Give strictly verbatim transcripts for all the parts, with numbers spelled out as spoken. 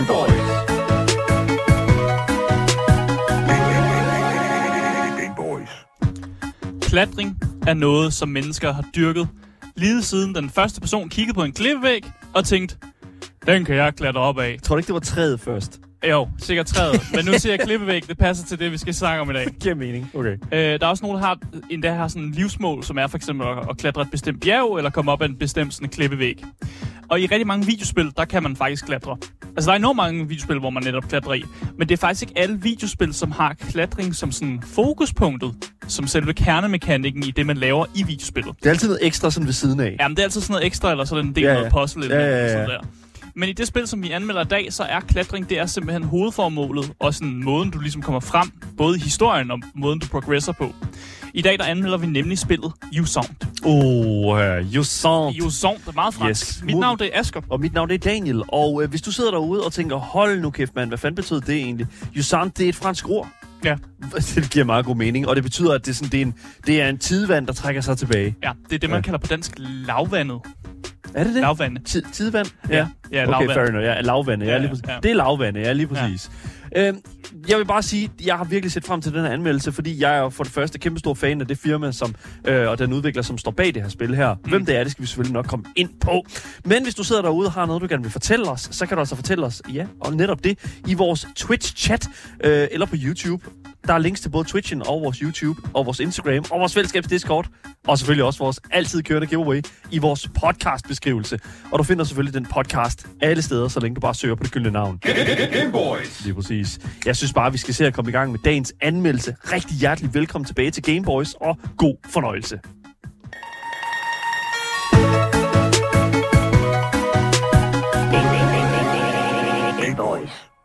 Game Boys. Game Boys. Klatring er noget, som mennesker har dyrket lige siden den første person kiggede på en klippevæg og tænkte, den kan jeg klatre op af. Tror du ikke, det var træet først? Jo, sikkert træet. Men nu siger jeg klippevæg, det passer til det, vi skal snakke om i dag. Det giver mening. Okay. Øh, der er også nogen, der har, endda har sådan en livsmål, som er for eksempel at, at klatre et bestemt bjerg, eller komme op ad en bestemt sådan en klippevæg. Og i rigtig mange videospil, der kan man faktisk klatre. Altså, der er enormt mange videospil, hvor man netop klatrer i. Men det er faktisk ikke alle videospil, som har klatring som sådan fokuspunktet, som selve kernemekanikken i det, man laver i videospillet. Det er altid noget ekstra sådan ved siden af. Jamen, det er altid sådan noget ekstra, eller så er det en del af ja, ja. noget puzzle ja, ja, ja. sådan der. Men i det spil, som vi anmelder i dag, så er klatring, det er simpelthen hovedformålet, og sådan måden, du ligesom kommer frem, både i historien og måden, du progresser på. I dag, der anmelder vi nemlig spillet Jusant. Oh, uh, Jusant. Jusant, det er meget fransk. Yes. Mit navn, det er Asger. Og mit navn, det er Daniel. Og øh, hvis du sidder derude og tænker, hold nu kæft, mand, hvad fanden betyder det egentlig? Jusant, det er et fransk ord. Ja. Det giver meget god mening, og det betyder, at det er, sådan, det er, en, det er en tidvand, der trækker sig tilbage. Ja, det er det, man ja. kalder på dansk lavvandet. Er det det? Lavvande. Tid, tidvand? Ja, ja, ja okay, lavvand. fair enough. Ja, lavvande. Ja, Ja, lige præcis. ja. Det er lavvande, ja, lige præcis. Ja. Øhm, jeg vil bare sige, at jeg har virkelig set frem til den her anmeldelse, fordi jeg er jo for det første kæmpestor fan af det firma, som, øh, og den udvikler, som står bag det her spil her. Mm. Hvem det er, det skal vi selvfølgelig nok komme ind på. Men hvis du sidder derude og har noget, du gerne vil fortælle os, så kan du altså fortælle os, ja, og netop det, i vores Twitch-chat, øh, eller på YouTube. Der er links til både Twitchen og vores YouTube, og vores Instagram, og vores fællesskabs Discord, og selvfølgelig også vores altid kørende giveaway i vores podcastbeskrivelse. Og du finder selvfølgelig den podcast alle steder, så længe du bare søger på det gyldne navn. Game Boys. Lige præcis. Jeg synes bare, vi skal se at komme i gang med dagens anmeldelse. Rigtig hjertelig velkommen tilbage til Game Boys, og god fornøjelse. Game Boys.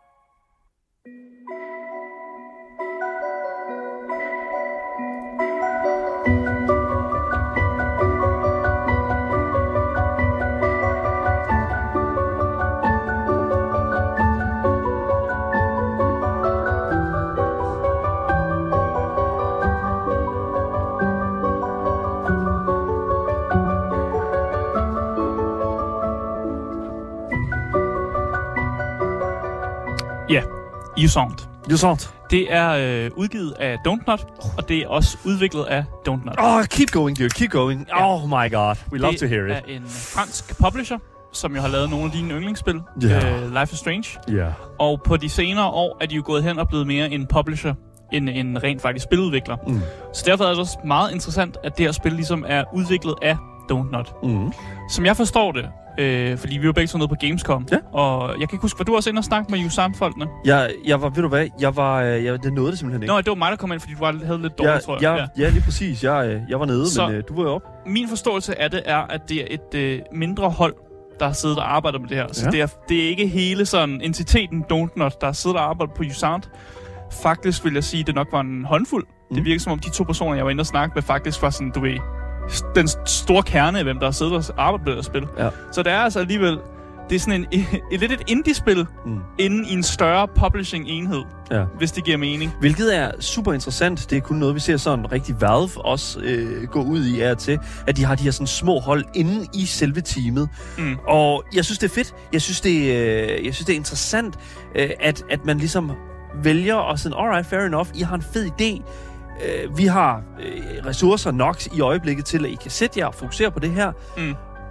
Ja, Jusant. Jusant. Det er øh, udgivet af Dontnod, og det er også udviklet af Dontnod. Oh, keep going, dude. Keep going. Ja. Oh my god. We love to hear it. Det er en fransk publisher, som jo har lavet nogle af dine yndlingsspil. Yeah. Uh, Life is Strange. Ja. Yeah. Og på de senere år er de jo gået hen og blevet mere en publisher, end en rent faktisk spiludvikler. Mm. Så derfor er det også meget interessant, at det her spil ligesom er udviklet af Dontnod. Mm. Som jeg forstår det, øh, fordi vi var begge sådan noget på Gamescom, ja. Og jeg kan ikke huske, var du også inde og snakke med Jusant-folkene? Jeg, jeg var, ved du hvad, jeg var, jeg, det nåede det simpelthen ikke. Nå, det var mig, der kom ind, fordi du var, havde lidt dårligt, jeg, tror jeg. jeg. Ja, ja, lige præcis. Jeg, jeg var nede, så men du var jo op. Min forståelse af det er, at det er et øh, mindre hold, der har siddet og arbejdet med det her. Så ja. det, er, det er ikke hele sådan entiteten Dontnod, der har siddet og arbejdet på Jusant. Faktisk vil jeg sige, at det nok var en håndfuld. Mm. Det virker som om de to personer, jeg var inde og snakke med, faktisk var sådan, du ved, den store kerne af hvem, der har siddet og arbejdet med det her spil. Ja. Så det er altså alligevel, det er sådan en, et, lidt et indie-spil mm. inden i en større publishing-enhed, ja. Hvis det giver mening. Hvilket er super interessant. Det er kun noget, vi ser sådan rigtig Valve også øh, gå ud i af til, at de har de her sådan små hold inde i selve teamet. Mm. Og jeg synes, det er fedt. Jeg synes, det, øh, jeg synes, det er interessant, øh, at, at man ligesom vælger og sådan, alright, fair enough, I har en fed idé. Øh, vi har øh, ressourcer nok i øjeblikket til, at I kan sætte jer og fokusere på det her. Mm.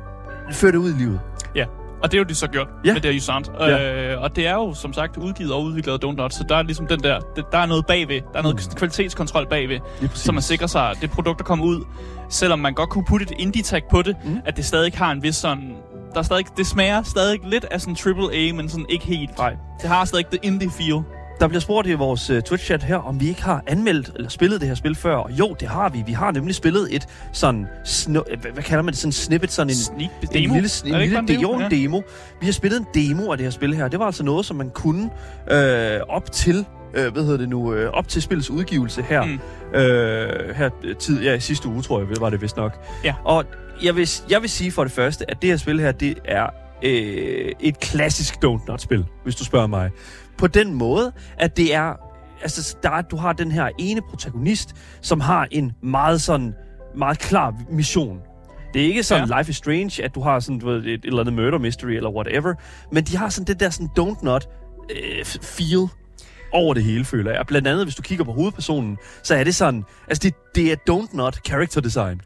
Før det ud i livet. Ja, og det er jo de så gjort ja. Med det her Jusant. Ja. Øh, og det er jo som sagt udgivet og udviklet af Dontnod, så der er ligesom den der, det, der er noget bagved. Der er noget mm. kvalitetskontrol bagved, så man sikrer sig, at det produkt, der kommer ud, selvom man godt kunne putte et indie-tag på det, mm. at det stadig har en vis sådan, der er stadig, det smager stadig lidt af sådan triple A, men sådan ikke helt. Nej. Det har stadig the indie feel. Der bliver spurgt i vores uh, Twitch-chat her, om vi ikke har anmeldt eller spillet det her spil før. Og jo, det har vi. Vi har nemlig spillet et sådan, sno- hvad, hvad kalder man det, sådan snippet, sådan en, Sneak en demo? lille, en lille en de- demo? en Ja. demo. Vi har spillet en demo af det her spil her. Det var altså noget, som man kunne øh, op til, øh, hvad hedder det nu, øh, op til spillets udgivelse her. Mm. Øh, her tid, ja, sidste uge, tror jeg, var det vist nok. Ja. Og jeg vil, jeg vil sige for det første, at det her spil her, det er øh, et klassisk Dontnod-spil, hvis du spørger mig. På den måde, at det er, altså der, du har den her ene protagonist, som har en meget sådan, meget klar mission. Det er ikke sådan Ja. Life is Strange, at du har sådan du ved, et, et eller andet murder mystery eller whatever, men de har sådan det der sådan don't not øh, feel over det hele, føler jeg. Blandt andet, hvis du kigger på hovedpersonen, så er det sådan, altså det, det er don't not character design.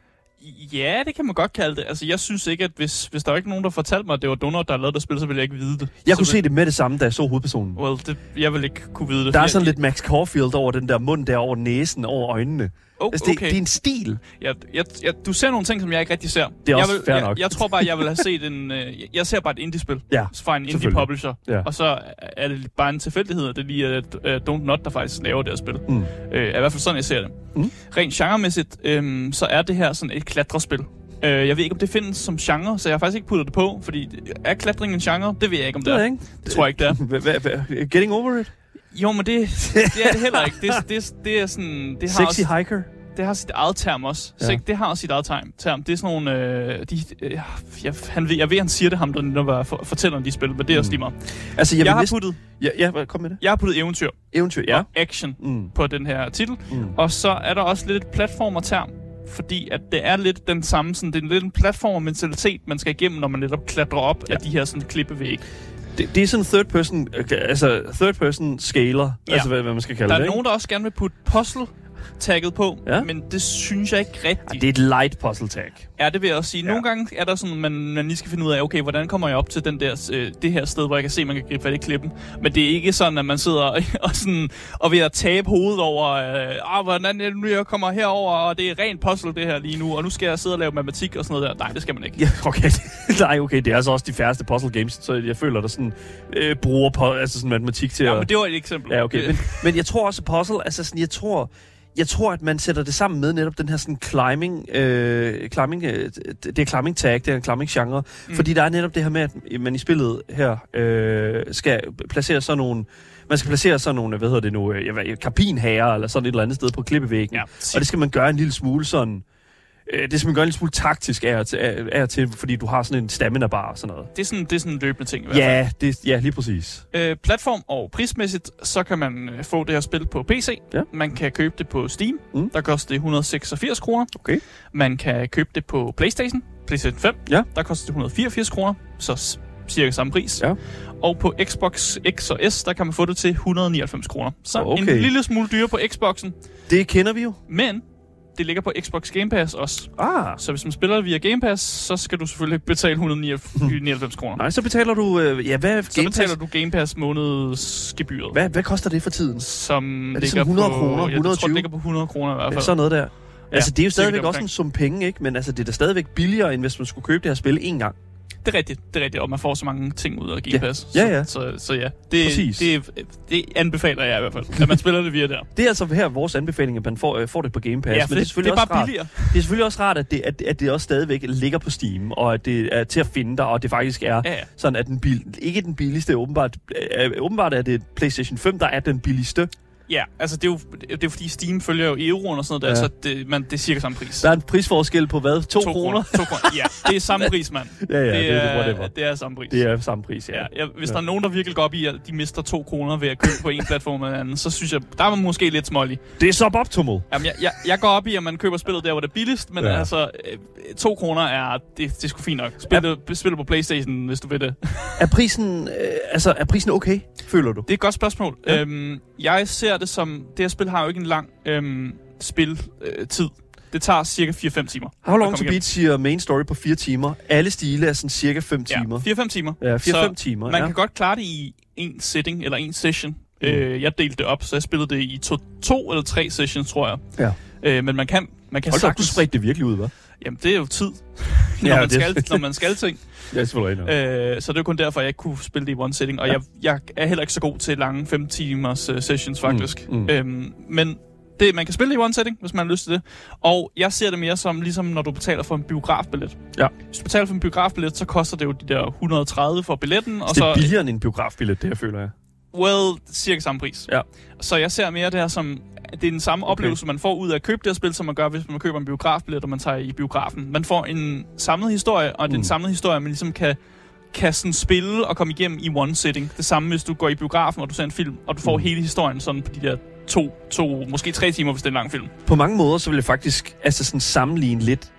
Ja, det kan man godt kalde det. Altså, jeg synes ikke, at hvis, hvis der var ikke nogen, der fortalte mig, at det var Donut, der havde lavet det spil, så ville jeg ikke vide det. Jeg så kunne vil... se det med det samme, da jeg så hovedpersonen. Well, det, jeg vil ikke kunne vide det. Der er jeg, sådan jeg, lidt Max Caulfield over den der mund der, over næsen, over øjnene. Oh, altså, det, okay. det er en stil. Jeg, jeg, jeg, du ser nogle ting, som jeg ikke rigtig ser. Det er også jeg vil, fair jeg, nok. Jeg tror bare, jeg vil have set en... Øh, jeg ser bare et indie-spil Ja, fra en indie-publisher. Ja. Og så er det bare en tilfældighed, at det lige er uh, Don't Not, der faktisk laver det her spil. Mm. Øh, er i hvert fald sådan, jeg ser det. Mm. Rent genremæssigt, øh, så er det her sådan et klatrespil. Øh, jeg ved ikke, om det findes som genre, så jeg har faktisk ikke puttet det på, fordi er klatring en genre? Det ved jeg ikke, om det, det er. Ikke. Det tror jeg ikke, det er. Getting over it? Jo, men det, det er det heller ikke. Det, det, det er sådan... Det har Sexy også, hiker? Det har sit eget term også. Ja. Det har sit eget term. Det er sådan nogle... Øh, de, øh, jeg, han ved, jeg ved, han siger det ham, der, der var for, fortæller om de spil, men det er mm. også lige meget. Altså, jeg, jeg har næsten... puttet... Ja, ja, kom med det. Jeg har puttet eventyr. Eventyr, ja. Og action mm. på den her titel. Mm. Og så er der også lidt et platformer-term, fordi at det er lidt den samme... Sådan, det er lidt en platformer-mentalitet, man skal igennem, når man netop klatrer op ja. af de her sådan, klippevæg. Det, det er sådan third person... Altså, third person scaler. Ja. Altså, hvad, hvad man skal kalde der det, Der er nogen, der også gerne vil putte puzzle tagget på, ja. men det synes jeg ikke rigtigt. Ja, det er et light puzzle tag. Ja, det vil jeg sige. Ja. Nogle gange er der sådan, man, man lige skal finde ud af, okay, hvordan kommer jeg op til den der, øh, det her sted, hvor jeg kan se, man kan gribe fat i klippen. Men det er ikke sådan, at man sidder og, og, sådan, og ved at tabe hovedet over, øh, hvordan er det nu, jeg kommer herover, og det er rent puzzle det her lige nu, og nu skal jeg sidde og lave matematik og sådan noget der. Nej, det skal man ikke. Ja, okay. Nej, okay, det er altså også de færreste puzzle games, så jeg føler, der sådan øh, bruger på, altså sådan matematik til ja, at... Ja, men det var et eksempel. Ja, okay. Men, men jeg tror også, puzzle, altså sådan, jeg tror... Jeg tror, at man sætter det sammen med netop den her sådan climbing, øh, climbing øh, det er climbing tag, det er en climbing genre, mm. fordi der er netop det her med, at man i spillet her øh, skal placere sådan nogle, man skal placere sådan nogle, hvad hedder det nu, øh, karbinhager eller sådan et eller andet sted på klippevæggen, ja, og det skal man gøre en lille smule sådan. Det skal man gøre en lille smule taktisk af og til, af og til, fordi du har sådan en stamina bar og sådan noget. Det er sådan, det er sådan en løbende ting i hvert fald. Ja, det, ja, lige præcis. Øh, platform og prismæssigt, så kan man få det her spil på P C. Ja. Man kan købe det på Steam. Mm. Der koster det et hundrede og seksogfirs kroner. Okay. Man kan købe det på PlayStation. PlayStation fem. Ja. Der koster det et hundrede og fireogfirs kroner. Så cirka samme pris. Ja. Og på Xbox X og S, der kan man få det til et hundrede og nioghalvfems kroner. Så okay. En lille smule dyre på Xboxen. Det kender vi jo. Men... det ligger på Xbox Game Pass også. Ah. Så hvis man spiller det via Game Pass, så skal du selvfølgelig betale et hundrede og nioghalvfems kroner. Nej, så betaler du... Øh, ja, hvad så Game betaler Pass? du Game Pass månedsgebyret. Hvad, hvad koster det for tiden? Som er det sådan hundrede kroner? Jeg tror, det ligger på hundrede kroner i hvert fald. Ja, sådan noget der. Ja, altså, det er jo stadigvæk det også en sum penge, ikke? Men altså, det er da stadigvæk billigere, end hvis man skulle købe det her spil én gang. Det er rigtigt, det er rigtigt, og man får så mange ting ud af Game Pass. Ja, ja. ja. Så, så, så ja, det, det, det anbefaler jeg i hvert fald, at man spiller det via der. Det er altså her vores anbefaling, at man får, øh, får det på Game Pass. Ja, men det er, selvfølgelig det er også bare rart, billigere. Det er selvfølgelig også rart, at det, at, at det også stadigvæk ligger på Steam, og at det er til at finde dig, og det faktisk er ja, ja. sådan, at den bil, ikke den billigste, åbenbart, øh, åbenbart er det PlayStation fem, der er den billigste. Ja, altså det er jo det er fordi Steam følger jo euroen og sådan noget der, ja. så det, man, det er cirka samme pris. Der er en prisforskel på hvad? To, to kroner? To kroner, ja. Det er samme pris, mand. ja, ja, det, er, det, er, det er samme pris. Det er samme pris, ja. ja, ja hvis ja. der er nogen, der virkelig går op i, at de mister to kroner ved at købe på en platform eller anden, så synes jeg, der er man måske lidt smålig. Det er suboptimal. Jamen, jeg, jeg, jeg går op i, at man køber spillet der, hvor det er billigst, men ja. altså, to kroner er, det, det er sgu fint nok. Spil, er, det, spil det på PlayStation, hvis du vil det. er prisen, øh, altså, er prisen okay, føler du? Det er et godt spørgsmål. Ja. Øhm, jeg ser det som, det her spil har jo ikke en lang øhm, spiltid. Øh, det tager cirka fire til fem timer. How long to beat siger main story på fire timer. Alle stile er sådan cirka fem timer. Ja, fire til fem timer. Ja, fire til fem timer, man ja. kan godt klare det i en setting, eller en session. Mm. Øh, jeg delte det op, så jeg spillede det i to, to eller tre sessions, tror jeg. Ja. Øh, men man kan, man kan Hold sagtens... du spredte det virkelig ud, hva'? Jamen, det er jo tid, når, ja, man, det... skal, når man skal ting. Ja, selvfølgelig. Øh, så det er kun derfor, jeg ikke kunne spille det i one sitting. Og ja. jeg, jeg er heller ikke så god til lange fem timers uh, sessions, faktisk. Mm. Mm. Øhm, men det, man kan spille det i one sitting, hvis man har lyst til det. Og jeg ser det mere som, ligesom når du betaler for en biografbillet. Ja. Hvis du betaler for en biografbillet, så koster det jo de der et hundrede og tredive for billetten. Og det er så, billigere end en biografbillet, det her føler jeg. Well, cirka samme pris. Ja. Så jeg ser mere det her som, det er den samme okay. oplevelse, man får ud af at købe det her spil, som man gør, hvis man køber en biografbillet, og man tager i biografen. Man får en samlet historie, og mm. den samlede historie, man ligesom kan, kan sådan spille og komme igennem i one sitting. Det samme, hvis du går i biografen, og du ser en film, og du får mm. hele historien sådan på de der to, to, måske tre timer, hvis det er en lang film. På mange måder, så vil jeg faktisk altså sådan sammenligne lidt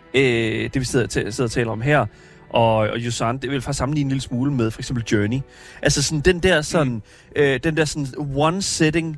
øh, det vi sidder, t- sidder og taler om her, og, og Jusant, det vil faktisk sammenligne en lille smule med for eksempel Journey. Altså sådan den der sådan, mm. øh, den der sådan one setting,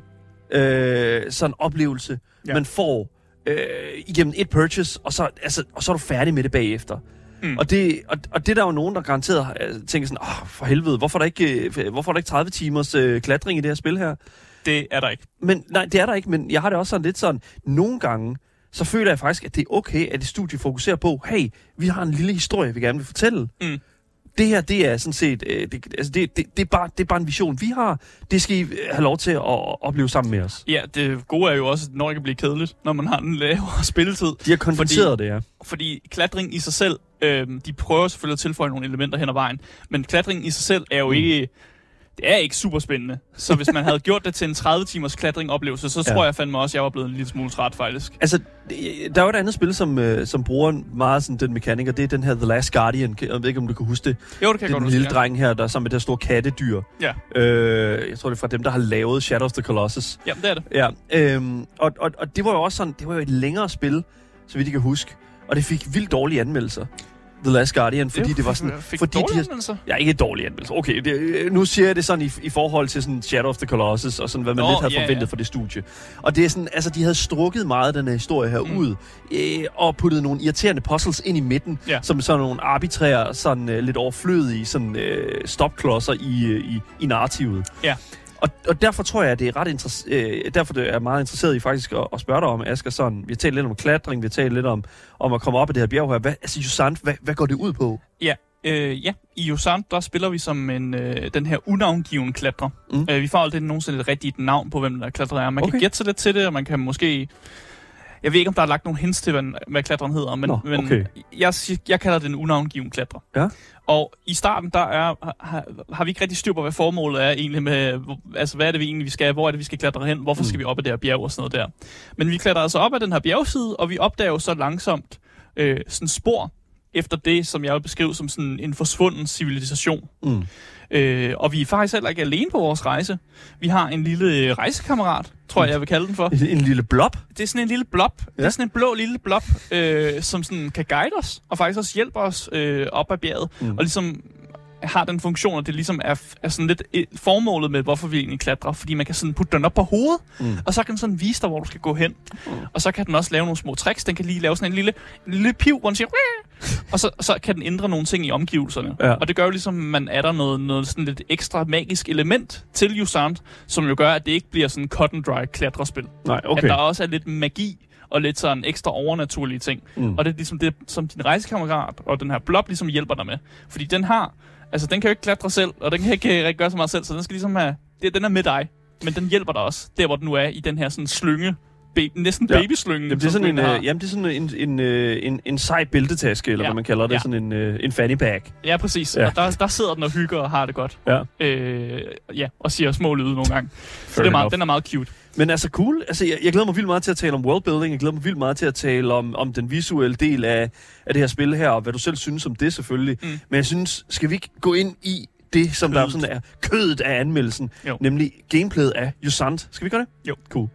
øh, sådan oplevelse, ja. man får øh, igennem et purchase, og så, altså, og så er du færdig med det bagefter. Mm. Og, det, og, og det er der jo nogen, der garanteret tænker sådan, åh, for helvede, hvorfor er der ikke, hvorfor er der ikke tredive timers øh, klatring i det her spil her? Det er der ikke. Men nej, det er der ikke, men jeg har det også sådan lidt sådan, nogle gange, så føler jeg faktisk, at det er okay, at det studie fokuserer på, hey, vi har en lille historie, vi gerne vil fortælle. Mm. Det her, det er sådan set, øh, det, altså det, det, det, er bare, det er bare en vision, vi har. Det skal I have lov til at opleve sammen med os. Ja, det gode er jo også, når det kan blive kedeligt, når man har en lavere spilletid. De har konfronteret det, ja. Fordi klatring i sig selv, øh, de prøver selvfølgelig at tilføje nogle elementer hen ad vejen, men klatring i sig selv er jo mm. ikke... Det er ikke super spændende. Så hvis man havde gjort det til en tredive timers klatring-oplevelse, så tror ja. jeg fandme også, at jeg var blevet en lille smule træt, faktisk. Altså, der er jo et andet spil, som, øh, som bruger meget sådan den mekanik, og det er den her The Last Guardian. Jeg ved ikke, om du kan huske det. Jo, det kan jeg godt huske. Den lille dreng her, der er sammen med det her store kattedyr. Ja. Øh, jeg tror, det er fra dem, der har lavet Shadow of the Colossus. Ja, det er det. Ja, øh, og, og, og det var jo også sådan, det var jo et længere spil, så vidt jeg kan huske. Og det fik vildt dårlige anmeldelser. The Last Guardian, fordi det, det var sådan... Fik fordi dårlige de anmeldelser? Ja, ikke dårlige anmeldelser. Okay, det, nu siger jeg det sådan i, i forhold til sådan Shadow of the Colossus, og sådan, hvad man Nå, lidt havde yeah, forventet yeah. for det studie. Og det er sådan, altså, de havde strukket meget af den her historie her mm. ud, øh, og puttet nogle irriterende puzzles ind i midten, yeah. som sådan nogle arbitrære, sådan øh, lidt overflødige, sådan øh, stopklodser i, øh, i, i narrativet. Ja. Yeah. Og, og derfor tror jeg, at det er ret interess- øh, derfor det er meget interesseret i faktisk at, at spørge dig om, Asger, sådan, vi har talt lidt om klatring, vi har talt lidt om, om at komme op af det her bjerg her. Hvad, altså, Jusant, hvad, hvad går det ud på? Ja, øh, ja. I Jusant, der spiller vi som en, øh, den her unavngivende klatrer. Mm. Øh, vi får aldrig nogensinde et rigtigt navn på, hvem der klatrer er. Man okay. kan gætte sig lidt til det, og man kan måske... Jeg ved ikke, om der er lagt nogen hints til, hvad, hvad klatreren hedder, men, Nå, okay. men jeg, jeg kalder det en unavngivende klatrer. Ja. Og i starten, der er, har, har vi ikke rigtig styr på, hvad formålet er egentlig med, altså hvad er det vi egentlig vi skal, hvor er det vi skal klatre hen, hvorfor skal vi op ad det her bjerg og sådan noget der. Men vi klatrer altså op ad den her bjergside, og vi opdager jo så langsomt øh, sådan spor efter det, som jeg vil beskrive som sådan en forsvunden civilisation. Mm. Øh, og vi er faktisk heller ikke alene på vores rejse. Vi har en lille rejsekammerat, tror jeg, jeg vil kalde den for. En, en lille blob? Det er sådan en lille blob. Ja. Det er sådan en blå lille blob, øh, som sådan kan guide os, og faktisk også hjælper os øh, op ad bjerget. Mm. Og ligesom har den funktion, at det ligesom er, er sådan lidt et formålet med, hvorfor vi egentlig klatrer. Fordi man kan sådan putte den op på hovedet, mm. og så kan den sådan vise dig, hvor du skal gå hen. Mm. Og så kan den også lave nogle små tricks. Den kan lige lave sådan en lille, en lille piv, hvor den siger... Og så, så kan den ændre nogle ting i omgivelserne. Ja. Og det gør jo ligesom, at man adder noget, noget sådan lidt ekstra magisk element til Jusant, som jo gør, at det ikke bliver sådan cut and dry klatrespil. Nej, okay. At der også er lidt magi og lidt sådan ekstra overnaturlige ting. Mm. Og det er ligesom det, som din rejsekammerat og den her blob ligesom hjælper dig med. Fordi den har... Altså, den kan jo ikke klatre selv, og den kan ikke rigtig gøre så meget selv, så den skal ligesom have... Det, den er med dig, men den hjælper dig også, der hvor den nu er, i den her sådan slynge, baby, næsten ja. babyslynge. Jamen, det er sådan en, øh, jamen, det er sådan en, en, en, en, en sej bæltetaske, eller ja. hvad man kalder det, ja. sådan en, øh, en fanny bag. Ja, præcis. Ja. Og der, der sidder den og hygger og har det godt. Ja. Øh, ja, og siger små lyde nogle gange. Så det er meget, den er meget cute. Men altså cool, altså jeg, jeg glæder mig vildt meget til at tale om worldbuilding, jeg glæder mig vildt meget til at tale om, om den visuelle del af, af det her spil her, og hvad du selv synes om det selvfølgelig. Mm. Men jeg synes, skal vi ikke gå ind i det, som kødet. der sådan er kødet af anmeldelsen, jo. nemlig gameplayet af Jusant. Skal vi gøre det? Jo. Cool.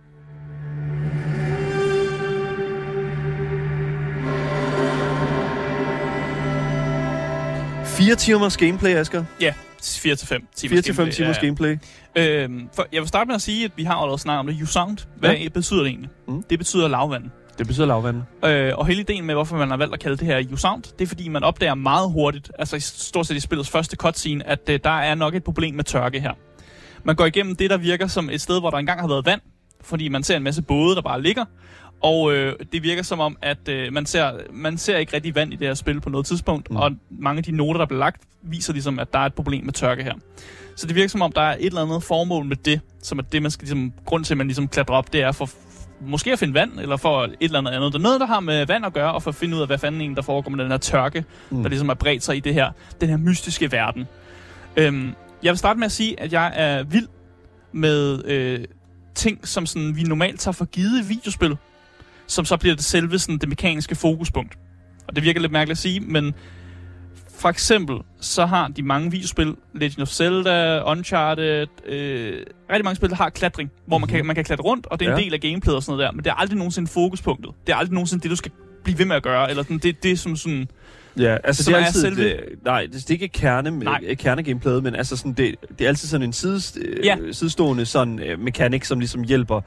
Fire timers gameplay, Asger? Ja, fire til fem timers Fire til fem timers ja, ja. gameplay. Øhm, for jeg vil starte med at sige, at vi har allerede snakket om det. Jusant, hvad ja. betyder det egentlig? Mm. Det betyder lavvand. Det betyder lavvand. Øh, og hele ideen med, hvorfor man har valgt at kalde det her Jusant, det er fordi, man opdager meget hurtigt, altså i stort set i spillets første cutscene, at øh, der er nok et problem med tørke her. Man går igennem det, der virker som et sted, hvor der engang har været vand, fordi man ser en masse både, der bare ligger, og øh, det virker som om, at øh, man, ser, man ser ikke rigtig vand i det her spil på noget tidspunkt, mm. og mange af de noter, der bliver lagt, viser ligesom, at der er et problem med tørke her. Så det virker som om, der er et eller andet formål med det, som er det, man skal ligesom, grund til, at man ligesom klatrer op, det er for måske at finde vand, eller for et eller andet andet. Der er noget, der har med vand at gøre, og for at finde ud af, hvad fanden en, der foregår med den her tørke, mm. der ligesom er bredt sig i det her, den her mystiske verden. Øhm, jeg vil starte med at sige, at jeg er vild med øh, ting, som sådan, vi normalt tager for givet i videospil, som så bliver det selve sådan, det mekaniske fokuspunkt. Og det virker lidt mærkeligt at sige, men for eksempel, så har de mange videospil, Legend of Zelda, Uncharted, øh, rigtig mange spil, der har klatring, hvor man kan, man kan klatre rundt, og det er en ja. del af gameplayet og sådan noget der, men det er aldrig nogensinde fokuspunktet. Det er aldrig nogensinde det, du skal blive ved med at gøre, eller sådan, det, det er som sådan... Ja, altså Som det er er altid... selve- Det, nej, det er ikke kerne, kernegameplayet, men altså sådan, det, det er altid sådan en side, Ja. øh, sidestående sådan øh, mekanik, som ligesom hjælper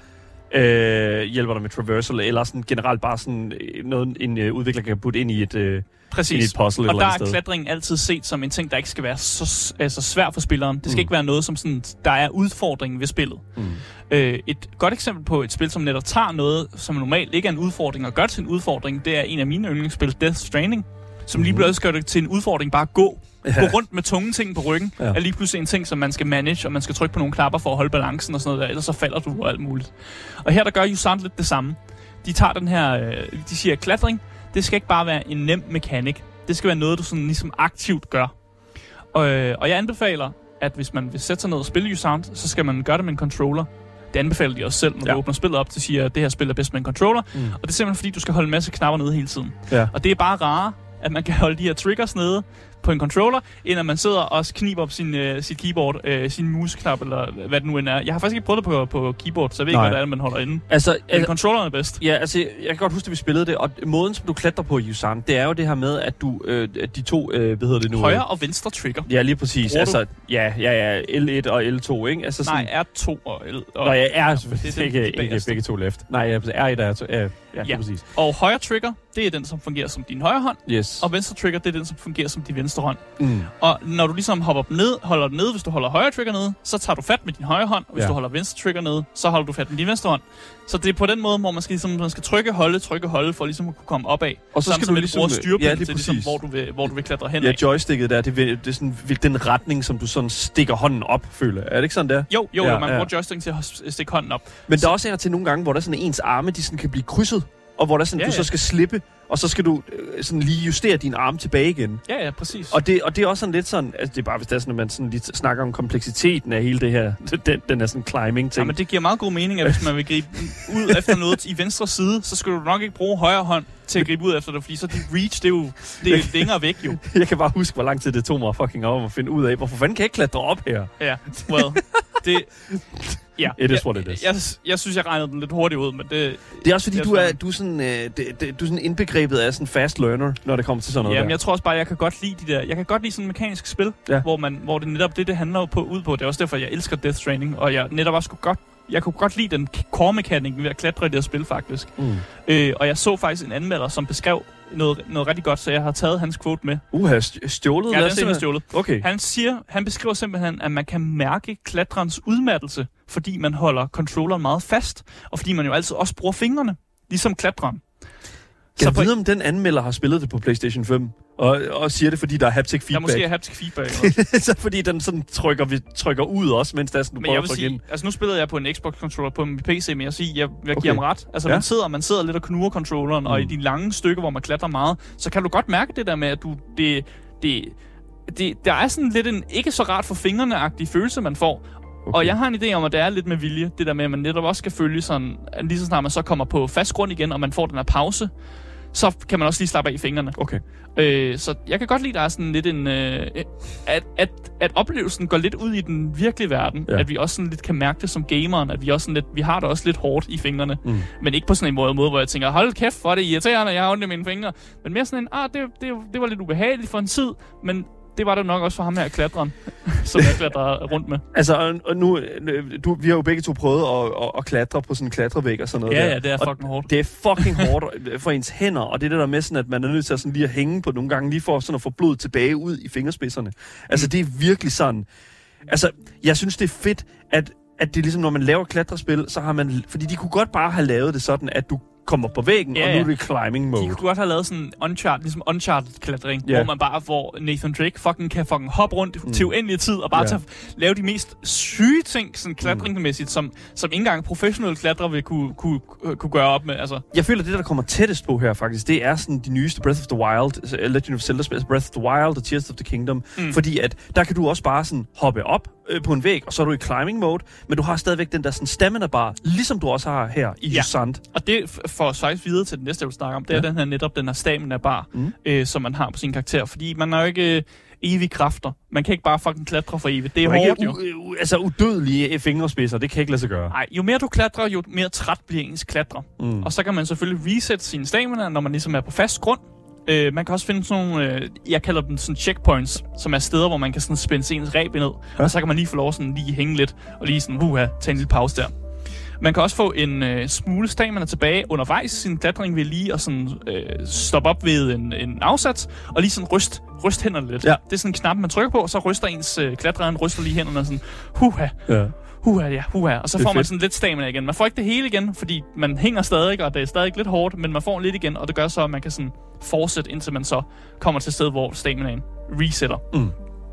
øh, hjælper dig med traversal, eller sådan generelt bare sådan øh, noget, en øh, udvikler kan putte ind i et, øh, ind i Præcis. et puzzle Og eller der et er sted. klatringen altid set som en ting, der ikke skal være så altså, svær for spilleren. Det skal Mm. ikke være noget, som sådan, der er udfordringen ved spillet. Mm. Øh, et godt eksempel på et spil, som netop tager noget, som normalt ikke er en udfordring, og gør til en udfordring, det er en af mine yndlingsspil, Death Stranding, som lige pludselig gør det til en udfordring, bare gå. Ja. Gå rundt med tunge ting på ryggen, Ja. er lige pludselig en ting, som man skal manage, og man skal trykke på nogle knapper for at holde balancen og sådan noget der, ellers så falder du og alt muligt. Og her der gør Jusant lidt det samme. De tager den her, øh, de siger, klatring, det skal ikke bare være en nem mekanik. Det skal være noget, du sådan ligesom aktivt gør. Og, øh, og jeg anbefaler, at hvis man vil sætte sig ned og spille Jusant, så skal man gøre det med en controller. Det anbefaler de også selv, når Ja. du åbner spillet op, til siger, at det her spil er bedst med en controller. Mm. Og det er simpelthen fordi, du skal holde en masse knapper nede hele tiden. Ja. Og det er bare rare, at man kan holde de her triggers nede på en controller, end at man sidder og kniber op sin, uh, sit keyboard, uh, sin museknap, eller hvad det nu end er. Jeg har faktisk ikke prøvet det på, på keyboard, så jeg ved ikke, Nej. hvad det er, man holder inde. Altså, Men altså controlleren er bedst. ja, altså, jeg kan godt huske, at vi spillede det, og måden, som du klatrer på, Yusan, det er jo det her med, at du, øh, de to, øh, hvad hedder det nu? Højre og venstre trigger. Ja, lige præcis. Bruger Altså, ja, ja, ja, L et og L to, ikke? Altså Nej, R to og L. Og, Nå, jeg er det er selvfølgelig den ikke, ikke bagerste. begge to left. Nej, ja, R et og R to, ja, ja, ja. Ja. præcis. og højre trigger, det er den, som fungerer som din højre hånd, Yes. og venstre trigger, det er den, som fungerer som din venstre hånd. Mm. Og når du ligesom hopper dem ned, holder den ned, hvis du holder højre trigger nede, så tager du fat med din højre hånd, og hvis Ja. du holder venstre trigger nede, så holder du fat med din venstre hånd. Så det er på den måde, hvor man skal, ligesom, man skal trykke, holde, trykke, holde, for ligesom at kunne komme opad. Og så skal du ligesom... bruge styrpind ja, lige til, ligesom, præcis. hvor, du vil, hvor du vil klatre hen Ja, af. joysticket der, det, vil- det er sådan vil- den retning, som du sådan stikker hånden op, føler jeg. Er det ikke sådan der? Jo, jo, Ja, ja, man ja. bruger joysticken til at s- stikke hånden op. Men der er også er til nogle gange, hvor der sådan ens arme, de sådan kan blive krydset, og hvor der sådan, Ja, du ja. så skal slippe, og så skal du øh, sådan lige justere din arme tilbage igen. Ja, ja, præcis. Og det, og det er også sådan lidt sådan, altså det er bare, hvis det er sådan, at man sådan lige snakker om kompleksiteten af hele det her, den, den er sådan climbing ting. Ja, men det giver meget god mening, at hvis man vil gribe ud efter noget i venstre side, så skal du nok ikke bruge højre hånd til at gribe ud efter det, fordi så dit reach, det er jo det er længere væk jo. Jeg kan bare huske, hvor lang tid det tog mig fucking om at finde ud af, hvorfor fanden kan jeg ikke klatre op her? Ja, well, det... Ja, It is jeg, what it is. Jeg, jeg, jeg synes, jeg regnede den lidt hurtigt ud, men det... Det er også fordi, Jeg du tror- er, du er sådan, øh, det, det, du er sådan indbegrebet af sådan fast learner, når det kommer til sådan noget Jamen, der. jeg tror også bare, jeg kan godt lide de der... Jeg kan godt lide sådan mekaniske spil, Ja. ja. hvor, man, hvor det netop det, det handler på, ud på. Det er også derfor, jeg elsker Death Stranding, og jeg netop også kunne godt... Jeg kunne godt lide den core-mekanikken ved at klatre i det her spil, faktisk. Mm. Øh, og jeg så faktisk en anmelder, som beskrev noget, noget rigtig godt, så jeg har taget hans quote med. Uha, st- stjålet? Ja, Lad den os er se simpelthen her. stjålet. Okay. Han siger, han beskriver simpelthen, at man kan mærke klatrens udmattelse, fordi man holder controlleren meget fast, og fordi man jo altid også bruger fingrene, ligesom klatreren. Kan jeg på- vide, om den anmelder har spillet det på PlayStation fem? Og, og siger det, fordi der er haptic Der feedback? måske er haptic feedback også. Så fordi den sådan trykker, vi trykker ud også, mens der er sådan, du Men prøver jeg at vil trykke sige, ind. altså nu spillede jeg på en Xbox-controller på min P C, men jeg, siger, jeg, jeg Okay. giver ham ret. Altså Ja. man, sidder, man sidder lidt og knurrer controlleren, mm. og i de lange stykker, hvor man klatrer meget, så kan du godt mærke det der med, at du, det, det, det, der er sådan lidt en ikke så rart for fingrene-agtig følelse, man får. Okay. Og jeg har en idé om, at det er lidt med vilje, det der med, at man netop også skal følge sådan, at lige så snart man så kommer på fast grund igen, og man får den her pause, så kan man også lige slappe af i fingrene. Okay. Øh, så jeg kan godt lide, at der er sådan lidt en... Øh, at, at, at oplevelsen går lidt ud i den virkelige verden. Ja. At vi også sådan lidt kan mærke det som gameren. At vi også sådan lidt... Vi har det også lidt hårdt i fingrene. Mm. Men ikke på sådan en måde, måde, hvor jeg tænker, hold kæft, hvor er det irriterende, jeg har ondt i mine fingre. Men mere sådan en, ah, det, det, det var lidt ubehageligt for en tid, men det var det nok også for ham her klatreren, som jeg klatrer rundt med. Altså, og, og nu, øh, du, vi har jo begge to prøvet at, at, at klatre på sådan en klatrevæg og sådan noget Ja, der. ja, det er Og fucking hårdt. Det er fucking hårdt for ens hænder, og det er det der med sådan, at man er nødt til at, sådan lige at hænge på nogle gange, lige for sådan at få blod tilbage ud i fingerspidserne. Altså, det er virkelig sådan... Altså, jeg synes, det er fedt, at, at det er ligesom, når man laver klatrespil, så har man... Fordi de kunne godt bare have lavet det sådan, at du kommer på væggen, Ja, og nu ja. er det i climbing mode. De kunne godt have lavet sådan en Uncharted, ligesom Uncharted-klatring, Ja. hvor man bare, hvor Nathan Drake fucking kan fucking hoppe rundt mm. til uendelig tid, og bare Ja. tage, lave de mest syge ting, sådan klatringmæssigt, som, som ikke engang professionelle klatrere vil kunne, kunne, kunne gøre op med. Altså. Jeg føler, at det, der kommer tættest på her, faktisk, det er sådan de nyeste Breath of the Wild, uh, Legend of Zelda, Breath of the Wild og Tears of the Kingdom. Mm. Fordi at der kan du også bare sådan hoppe op øh, på en væg, og så er du i climbing mode, men du har stadigvæk den der sådan stamina bar, ligesom du også har her i Ja. Jusant. Og det f- får os faktisk videre til det næste, jeg vil snakke om. Det er Ja. den her netop den her stamina bar, Mm. øh, som man har på sin karakter. Fordi man er jo ikke... evige kræfter. Man kan ikke bare fucking klatre for evigt. Det er du er hårdt ikke jo. u- u- altså udødelige fingerspidser, det kan ikke lade sig gøre. Nej, jo mere du klatrer, jo mere træt bliver ens klatre. Mm. Og så kan man selvfølgelig reset sin stamina, når man ligesom er på fast grund. Uh, man kan også finde sådan nogle, uh, jeg kalder dem sådan checkpoints, som er steder, hvor man kan sådan spænde ens reb ned. Ja. Og så kan man lige få lov sådan lige hænge lidt, og lige sådan, uha, tage en lille pause der. Man kan også få en uh, smule stamina tilbage undervejs i sin klatring ved lige at sådan, uh, stoppe op ved en, en afsats, og lige sådan ryst, ryst hænderne lidt. Ja. Det er sådan en knap, man trykker på, og så ryster ens uh, klatreren, ryster lige hænderne sådan, huha. Ja. Huha, ja, huha. Og så får man fedt. Sådan lidt stamina igen. Man får ikke det hele igen, fordi man hænger stadig, og det er stadig lidt hårdt, men man får lidt igen, og det gør så, at man kan sådan fortsætte, indtil man så kommer til et sted, hvor staminaen resetter. Mm.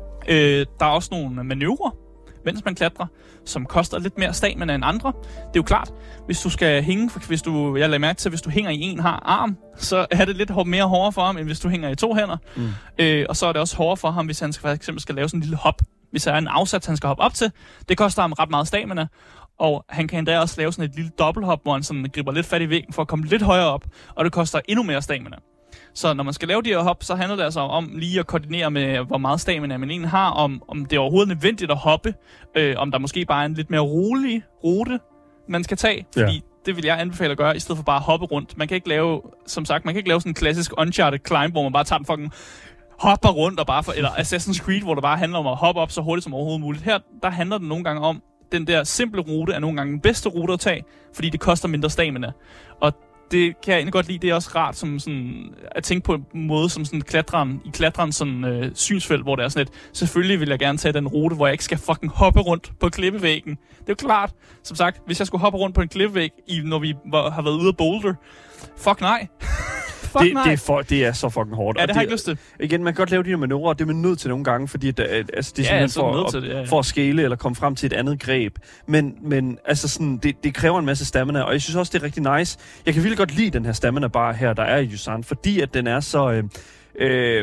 Øh, der er også nogle manøvrer, mens man klatrer, som koster lidt mere stamina end andre. Det er jo klart, hvis du skal hænge, hvis du, jeg lader mærke til, hvis du hænger i en har arm, så er det lidt mere hårdere for ham, end hvis du hænger i to hænder. Mm. Øh, og så er det også hårdere for ham, hvis han skal, for eksempel skal lave sådan en lille hop. Hvis der er en afsats, han skal hoppe op til, det koster ham ret meget stamina. Og han kan endda også lave sådan et lille dobbelthop, hvor han sådan griber lidt fat i væggen for at komme lidt højere op. Og det koster endnu mere stamina. Så når man skal lave de her hop, så handler det altså om lige at koordinere med, hvor meget stamina man egentlig har. Om, om det er overhovedet nødvendigt at hoppe. Øh, om der måske bare er en lidt mere rolig rute, man skal tage. Fordi ja. Det vil jeg anbefale at gøre, i stedet for bare at hoppe rundt. Man kan ikke lave, som sagt, man kan ikke lave sådan en klassisk Uncharted climb, hvor man bare tager den fucking hopper rundt og bare for, eller Assassin's Creed, hvor det bare handler om at hoppe op så hurtigt som overhovedet muligt. Her, der handler det nogle gange om, den der simple rute er nogle gange den bedste rute at tage, fordi det koster mindre stamina. Og det kan jeg egentlig godt lide. Det er også rart som sådan, at tænke på en måde som sådan klatreren, i klatreren sådan øh, synsfelt, hvor det er sådan et, selvfølgelig vil jeg gerne tage den rute, hvor jeg ikke skal fucking hoppe rundt på klippevæggen. Det er jo klart, som sagt, hvis jeg skulle hoppe rundt på en klippevæg, i, når vi var, har været ude af Boulder, fuck nej. Fuck det, nej. det, er for, det er så fucking hårdt. Ja, det har jeg ikke lyst til. Igen, man kan godt lave de her manøvrer, det er man nødt til nogle gange, fordi det, altså, det er ja, simpelthen for, til det, ja, ja. for at skale eller komme frem til et andet greb. Men, men altså sådan, det, det kræver en masse stamina, og jeg synes også, det er rigtig nice. Jeg kan virkelig godt lide den her stamina bar her, der er i Yusan, fordi at den er så... Øh, Øh,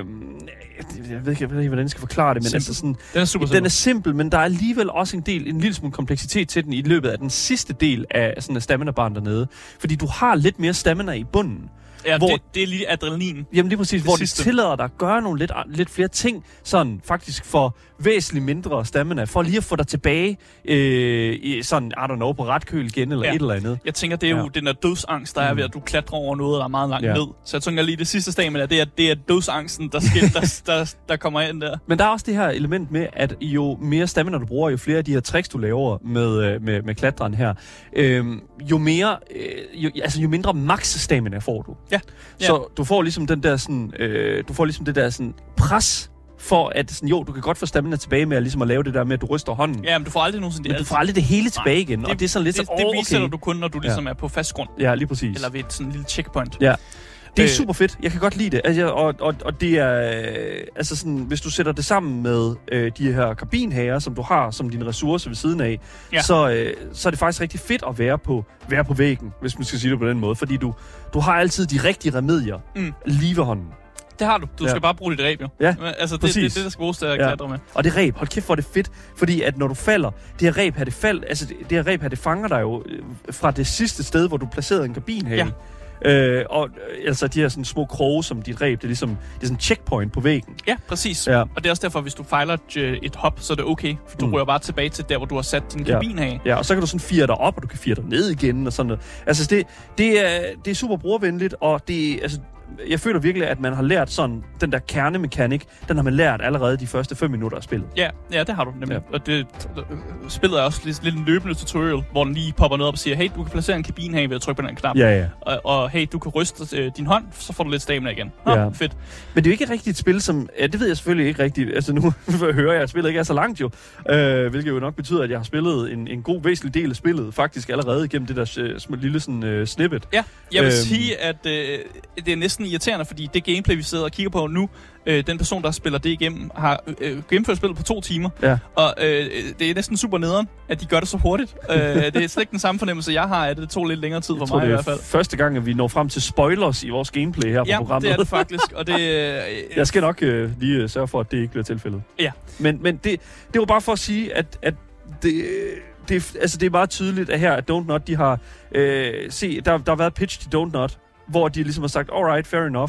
jeg ved ikke, jeg ved ikke, hvordan jeg skal forklare det, men simpel. altså sådan, den er super den simpel. er simpel, men der er alligevel også en del, en lille smule kompleksitet til den i løbet af den sidste del af sådan en stamina-barn dernede. Fordi du har lidt mere stamina i bunden. Ja, hvor, det, det er lige adrenalin. Jamen lige præcis, det hvor sidste. det tillader dig at gøre nogle lidt, lidt flere ting, sådan faktisk for væsentligt mindre stamina, for lige at få dig tilbage øh, i sådan, I don't know, på ret køl igen, eller ja. et eller andet. Jeg tænker, det er jo ja. den der dødsangst, der er ved, at du klatrer over noget, der er meget langt ja. ned. Så jeg tænker lige, det sidste stamina, det er, det er dødsangsten, der, sker, der, der, der kommer ind der. Men der er også det her element med, at jo mere stamina du bruger, jo flere af de her tricks, du laver med, med, med klatreren her, øh, jo mere, øh, jo, altså jo mindre max stamina får du. Ja. ja. Så du får ligesom den der sådan, øh, du får ligesom det der sådan pres for at sådan, jo, du kan godt få stamina tilbage med at ligesom at lave det der med at du ryster hånden. Ja, men du får aldrig nogensinde det. Men du får aldrig det hele tilbage igen, det, og det er sådan lidt det, så det, oh, det viser okay. du kun, når du ligesom ja. er på fast grund. Ja, lige præcis. Eller ved et sådan en lille checkpoint. Ja. Det er øh, super fedt. Jeg kan godt lide det. Altså, og, og, og det er øh, altså sådan, hvis du sætter det sammen med øh, de her kabinhager, som du har som din ressource ved siden af, ja. så, øh, så er det faktisk rigtig fedt at være på, være på væggen, hvis man skal sige det på den måde, fordi du, du har altid de rigtige remedier mm. lige ved hånden. Det har du. Du ja. skal bare bruge dit ræb, jo. Ja, altså, det, det, det, det, der skal bruges til at ja. klatre med. Og det ræb, hold kæft, hvor er det fedt, fordi at når du falder, det her ræb her, det fald, altså det, det her ræb her, det fanger dig jo fra det sidste sted, hvor du placerede en kabinhage. Ja. Øh, og altså de her sådan små kroge som dit ræb, det er ligesom det er sådan en checkpoint på væggen. Ja, præcis. Ja. Og det er også derfor, hvis du fejler et, et hop, så er det okay, for du mm. rører bare tilbage til der, hvor du har sat din kabinhage. Ja. ja, og så kan du sådan fire dig op, og du kan fire dig ned igen og sådan noget. Altså det, det, er, det er super brugervenligt, og det altså jeg føler virkelig, at man har lært sådan, den der kernemekanik, den har man lært allerede de første fem minutter af spillet. Ja, ja, det har du nemlig. Ja. Og det, spillet er også lidt, lidt en løbende tutorial, hvor den lige popper ned op og siger, hey, du kan placere en kabinhage ved at trykke på den knap. Ja, ja. Og, og hey, du kan ryste øh, din hånd, så får du lidt stamina igen. Nå, ja. Fedt. Men det er jo ikke rigtigt et spil, som... Ja, det ved jeg selvfølgelig ikke rigtigt. Altså nu hører jeg, at spillet ikke er så langt jo. Øh, hvilket jo nok betyder, at jeg har spillet en, en god væsentlig del af spillet, faktisk allerede gennem det der uh, lille sådan, uh, snippet. Ja, jeg vil øhm. sige, at øh, det er næsten irriterende, fordi det gameplay, vi sidder og kigger på nu, øh, den person, der spiller det igennem, har øh, gennemført spillet på to timer. Ja. Og øh, det er næsten super nederen, at de gør det så hurtigt. øh, det er slet ikke den samme fornemmelse, jeg har, at det tog lidt længere tid for mig i hvert fald. Første gang, at vi når frem til spoilers i vores gameplay her på ja, programmet. Ja, det er det faktisk. Og det, øh, jeg skal nok øh, lige øh, sørge for, at det ikke bliver tilfældet. Ja. Men, men det, det var bare for at sige, at, at det... Det, altså det er meget tydeligt, at her at Don't Nod, de har... Øh, se, der, der har været pitch til Don't Nod, hvor de ligesom har sagt, alright, fair enough.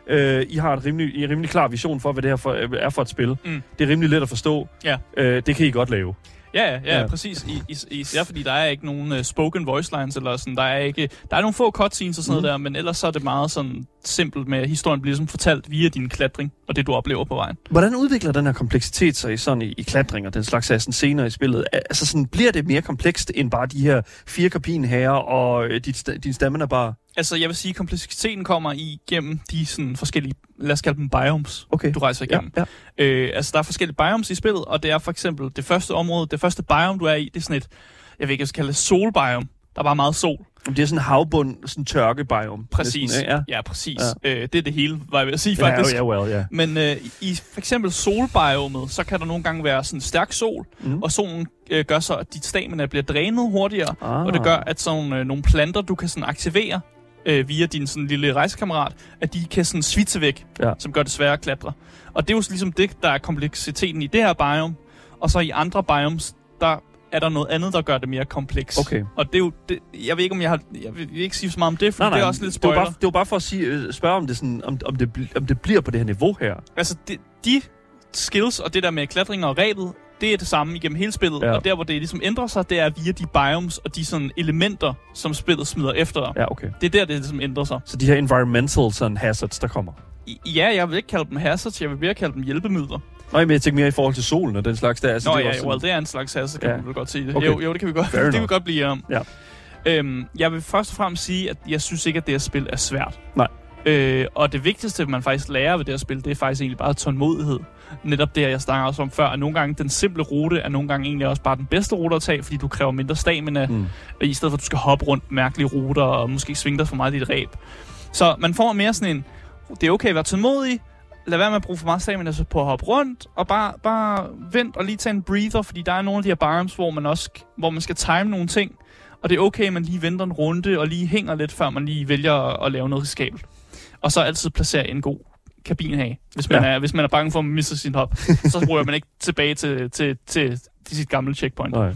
Øh, I har et rimelig, en rimelig klar vision for, hvad det her for, er for et spil. Mm. Det er rimelig let at forstå. Ja. Øh, det kan I godt lave. Ja, ja, ja, Ja. præcis. I, is, især fordi der er ikke nogen uh, spoken voice lines, eller sådan, der er ikke... Der er nogle få cutscenes og sådan mm. noget der, men ellers så er det meget sådan simpelt med, at historien bliver ligesom fortalt via din klatring, og det du oplever på vejen. Hvordan udvikler den her kompleksitet sig i, sådan i, i klatring og den slags af sådan senere i spillet? Altså sådan, bliver det mere komplekst end bare de her fire kabinherrer og øh, dit, din stamina bare? Altså, jeg vil sige, at kompleksiteten kommer igennem de sådan forskellige, lad os kalde dem biomes, Okay. du rejser igennem. Ja, ja. Øh, altså, der er forskellige biomes i spillet, og det er for eksempel det første område, det første biome, du er i, det er sådan et, jeg ved ikke, jeg skal kalde det solbiome. Der er bare meget sol. Det er sådan en havbund, sådan tørkebiome. Præcis. Næsten, ja. Ja, præcis. Ja. Øh, det er det hele, var jeg ved at sige, faktisk. Ja, ja, well, ja. Men øh, i for eksempel solbiomet, så kan der nogle gange være sådan stærk sol, mm. og solen øh, gør så, at dit stamina bliver drænet hurtigere, Ah. og det gør, at sådan øh, nogle planter, du kan sådan aktivere øh, via din sådan lille rejsekammerat, at de kan sådan svitse væk, Ja. som gør det sværere at klatre. Og det er jo ligesom det, der er kompleksiteten i det her biome, og så i andre biomes, der er der noget andet, der gør det mere kompleks. Okay. Og det er jo, det, jeg ved ikke, om jeg har, jeg vil ikke sige så meget om det, for Nej, nej, det er også lidt det var spoiler. bare, det var bare for at sige, øh, spørge, om det, sådan, om, om, det, bl- om det bliver på det her niveau her. Altså, de, de skills og det der med klatring og rebet, det er det samme igennem hele spillet. Ja. Og der, hvor det ligesom ændrer sig, det er via de biomes og de sådan elementer, som spillet smider efter dig. Ja, okay. Det er der, det ligesom ændrer sig. Så de her environmental sådan, hazards, der kommer. I, ja, jeg vil ikke kalde dem hazards, jeg vil mere kalde dem hjælpemidler. Nå, men jeg tænker mere i forhold til solen og den slags der. Altså, Nå det ja, var sådan... well, det er en slags hazard, kan Ja. man vel godt sige det. Okay. Jo, jo, det kan vi godt, Fair det kan vi enough. godt blive om. Ja. Øhm, jeg vil først og fremmest sige, at jeg synes ikke, at det her spil er svært. Nej. Øh, og det vigtigste, man faktisk lærer ved det her spil, det er faktisk egentlig bare tålmodighed. Netop det, jeg snakker også om før, at nogle gange den simple rute er nogle gange egentlig også bare den bedste rute at tage, fordi du kræver mindre stamina, mm. i stedet for at du skal hoppe rundt mærkelige ruter og måske svinge dig for meget i dit ræb. Så man får mere sådan en, det er okay at være tålmodig, lad være med at bruge for meget stamina på at hoppe rundt, og bare, bare vent og lige tage en breather, fordi der er nogle af de her biomes, hvor man også hvor man skal time nogle ting, og det er okay, at man lige venter en runde og lige hænger lidt, før man lige vælger at, at lave noget risikabelt. Og så altid placere en god kabinhage. Hvis man, ja. er, hvis man er bange for at miste sin hop, så bruger man ikke tilbage til, til, til, til sit gamle checkpoint. Nej.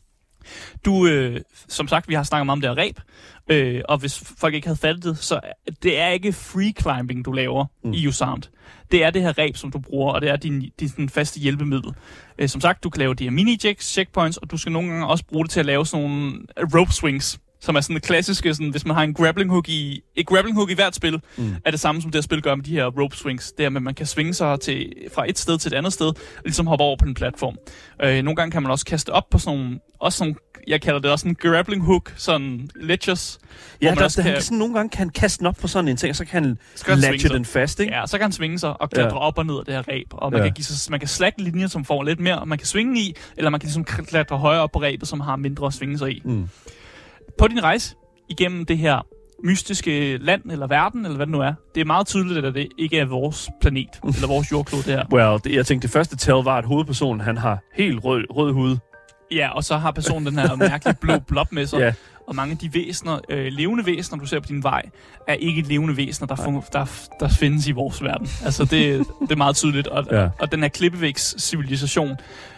Du, øh, som sagt, vi har snakket meget om det her ræb, øh, og hvis folk ikke havde fattet det, så det er ikke free climbing, du laver mm. i Usound. Det er det her ræb, som du bruger, og det er din, din faste hjælpemiddel. Øh, som sagt, du kan lave de her mini-checks, checkpoints, og du skal nogle gange også bruge det til at lave sådan nogle rope swings, som er sådan det klassiske, sådan, hvis man har en grappling hook i, et grappling hook i hvert spil, mm. er det samme, som det her spil gør med de her rope swings. Det er, at man kan svinge sig til, fra et sted til et andet sted, og ligesom hoppe over på en platform. Øh, nogle gange kan man også kaste op på sådan nogle, også sådan, jeg kalder det også en grappling hook, sådan ledges. Ja, hvor man der, også der, kan, han sådan nogle gange kan han kaste den op på sådan en ting, og så kan han han latche svinge den fast, ikke? Ja, så kan han svinge sig og klatre Ja. op og ned af det her ræb. Og man, Ja. kan give sig, man kan slække linjer, som får lidt mere, og man kan svinge i, eller man kan ligesom klatre højere op på ræbet, som har mindre at svinge sig i. Mm. På din rejse igennem det her mystiske land eller verden, eller hvad det nu er, det er meget tydeligt, at det ikke er vores planet, eller vores jordklode, det her. Well, det, jeg tænkte, det første tell var, at hovedpersonen, han har helt rød, rød hud. Ja, og så har personen den her mærkelige blå blob med sig. Ja. Og mange af de væsener, øh, levende væsener, du ser på din vej, er ikke levende væsener, der, fun- der, der findes i vores verden. Altså, det, det er meget tydeligt. Og, Ja. og den her klippevægs-civilisation,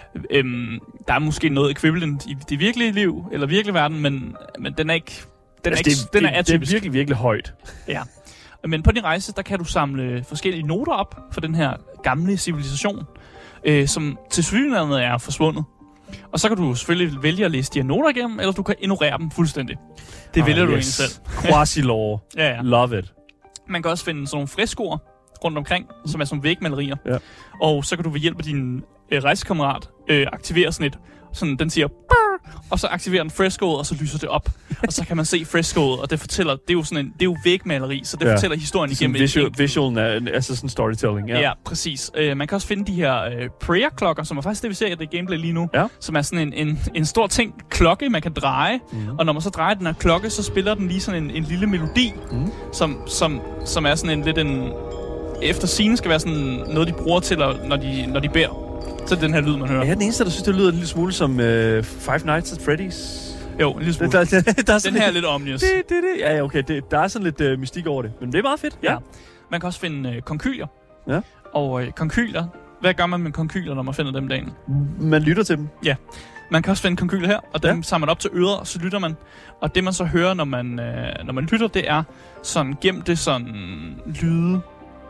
øhm, der er måske noget equivalent i det virkelige liv, eller virkelige verden, men, men den er ikke... Den er, Altså, ikke, det, den er det, det atypisk. er virkelig, virkelig højt. Ja. Men på din rejse, der kan du samle forskellige noter op for den her gamle civilisation, øh, som til synligheden er forsvundet. Og så kan du selvfølgelig vælge at læse de her noter igennem, eller du kan ignorere dem fuldstændig. Det Ah, vælger du yes. egentlig selv. Quasi-lore. Ja, ja. Love it. Man kan også finde sådan nogle freskoer rundt omkring, mm. som er sådan vægmalerier. Ja. Og så kan du ved hjælp af din øh, rejsekammerat øh, aktivere sådan et, sådan den siger, brrr, og så aktiverer den freskoet, og så lyser det op. Og så kan man se freskoet, og det fortæller, det er jo sådan en, det er jo vægmaleri, så det Ja. fortæller historien igennem. Visual, et- visualen er altså sådan storytelling. Ja. Ja, præcis. Øh, man kan også finde de her øh, prayer-klokker, som er faktisk det, vi ser i det gameplay lige nu. Ja. Som er sådan en, en, en stor ting, klokke, man kan dreje. Mm. Og når man så drejer den her klokke, så spiller den lige sådan en, en lille melodi, mm. som, som, som er sådan en lidt en... Efter scenen skal være sådan noget, de bruger til, at, når, de, når de beder. Så er det den her lyd, man hører. Er jeg den eneste, der synes, det lyder en lille smule som uh, Five Nights at Freddy's? Jo, en lille smule. Der, der, der, der er sådan Den her er lidt... lidt ominous. Det, det, det. Ja, ja, okay. Det, der er sådan lidt uh, mystik over det. Men det er meget fedt. Ja. Man kan også finde øh, konkylier. Ja. Og øh, konkylier... Hvad gør man med konkylier, når man finder dem dagen? Man lytter til dem. Ja. Man kan også finde konkylier her, og dem Ja. samler man op til øret, og så lytter man. Og det man så hører, når man, øh, når man lytter, det er sådan gemte sådan lyde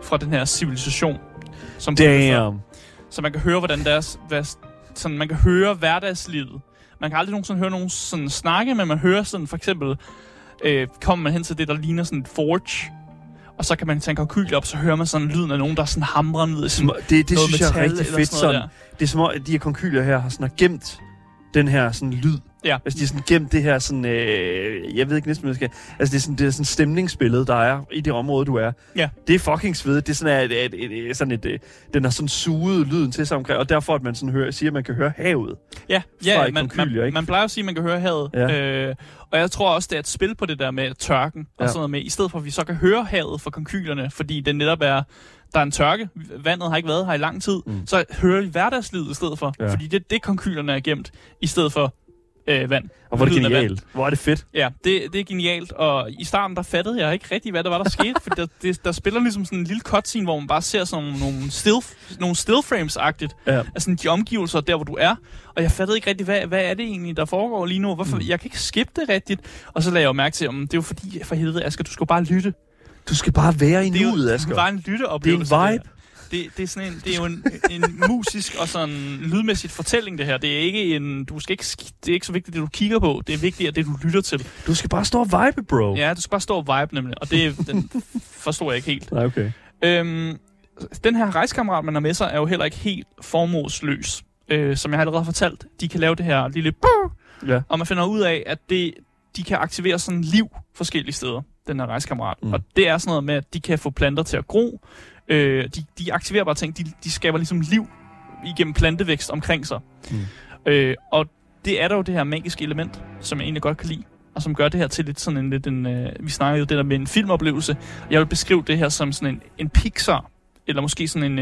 fra den her civilisation. Som Damn. Så man kan høre, hvordan deres... Hvad, sådan, man kan høre hverdagslivet. Man kan aldrig nogensinde høre nogen sådan snakke, men man hører sådan for eksempel... Øh, kommer man hen til det, der ligner sådan et forge, og så kan man tage en kalkyl op, så hører man sådan lyden af nogen, der sådan hamrer ned i sådan det, det noget synes jeg er metal rigtig fedt. Sådan sådan, det er som om, at de her konkyler her har sådan har gemt den her sådan lyd. Ja. Altså, de har sådan gemt det her sådan, øh, jeg ved ikke næsten, hvad jeg skal... Altså, det er sådan, det er sådan stemningsbillede, der er i det område, du er. Ja. Det er fucking svedigt. Det er sådan, at, at, at, at, sådan et, et, den har sådan suget lyden til sig omkring, og derfor, at man sådan hører, siger, at man kan høre havet. Ja, ja man, konkylier, man, ikke? man plejer at sige, at man kan høre havet. Ja. Øh, og jeg tror også, det er et spil på det der med tørken, og ja. sådan noget med, i stedet for, at vi så kan høre havet fra konkylerne, fordi det netop er... Der er en tørke. Vandet har ikke været her i lang tid. Mm. Så hører vi hverdagslivet i stedet for. Ja. Fordi det er det, konkylerne er gemt, i stedet for øh, vand. Og hvor er det genialt. Hvor er det fedt. Ja, det, det er genialt. Og i starten, der fattede jeg ikke rigtig, hvad der var, der skete. Fordi der, det, der spiller ligesom sådan en lille cutscene, hvor man bare ser sådan nogle, nogle, still, nogle still frames-agtigt. Ja. Altså de omgivelser der, hvor du er. Og jeg fattede ikke rigtig, hvad, hvad er det egentlig, der foregår lige nu? Hvorfor? Mm. Jeg kan ikke skippe det rigtigt. Og så lagde jeg jo mærke til, at det er jo fordi, for helvede, Asger, du skal bare lytte. Du skal bare være i nuet, Asger. Det er jo bare en lytteoplevelse. Det er en vibe. Det, det, er sådan en, det er jo en, en musisk og sådan lydmæssigt fortælling, det her. Det er ikke en... Du skal ikke, det er ikke så vigtigt, det du kigger på. Det er vigtigt, at det du lytter til. Du skal bare stå og vibe, bro. Ja, du skal bare stå og vibe, nemlig. Og det den forstår jeg ikke helt. Nej, okay. Øhm, den her rejsekammerat, man har med sig, er jo heller ikke helt formålsløs. Øh, som jeg har allerede fortalt. De kan lave det her lille... Ja. Og man finder ud af, at det, de kan aktivere sådan liv forskellige steder, den her rejsekammerat. Mm. Og det er sådan noget med, at de kan få planter til at gro. Øh, de, de aktiverer bare ting, de, de skaber ligesom liv igennem plantevækst omkring sig. Mm. Øh, og det er der jo det her magiske element, som jeg egentlig godt kan lide, og som gør det her til lidt sådan en lidt en, øh, vi snakkede jo det der med en filmoplevelse. Jeg vil beskrive det her som sådan en, en Pixar, eller måske sådan en,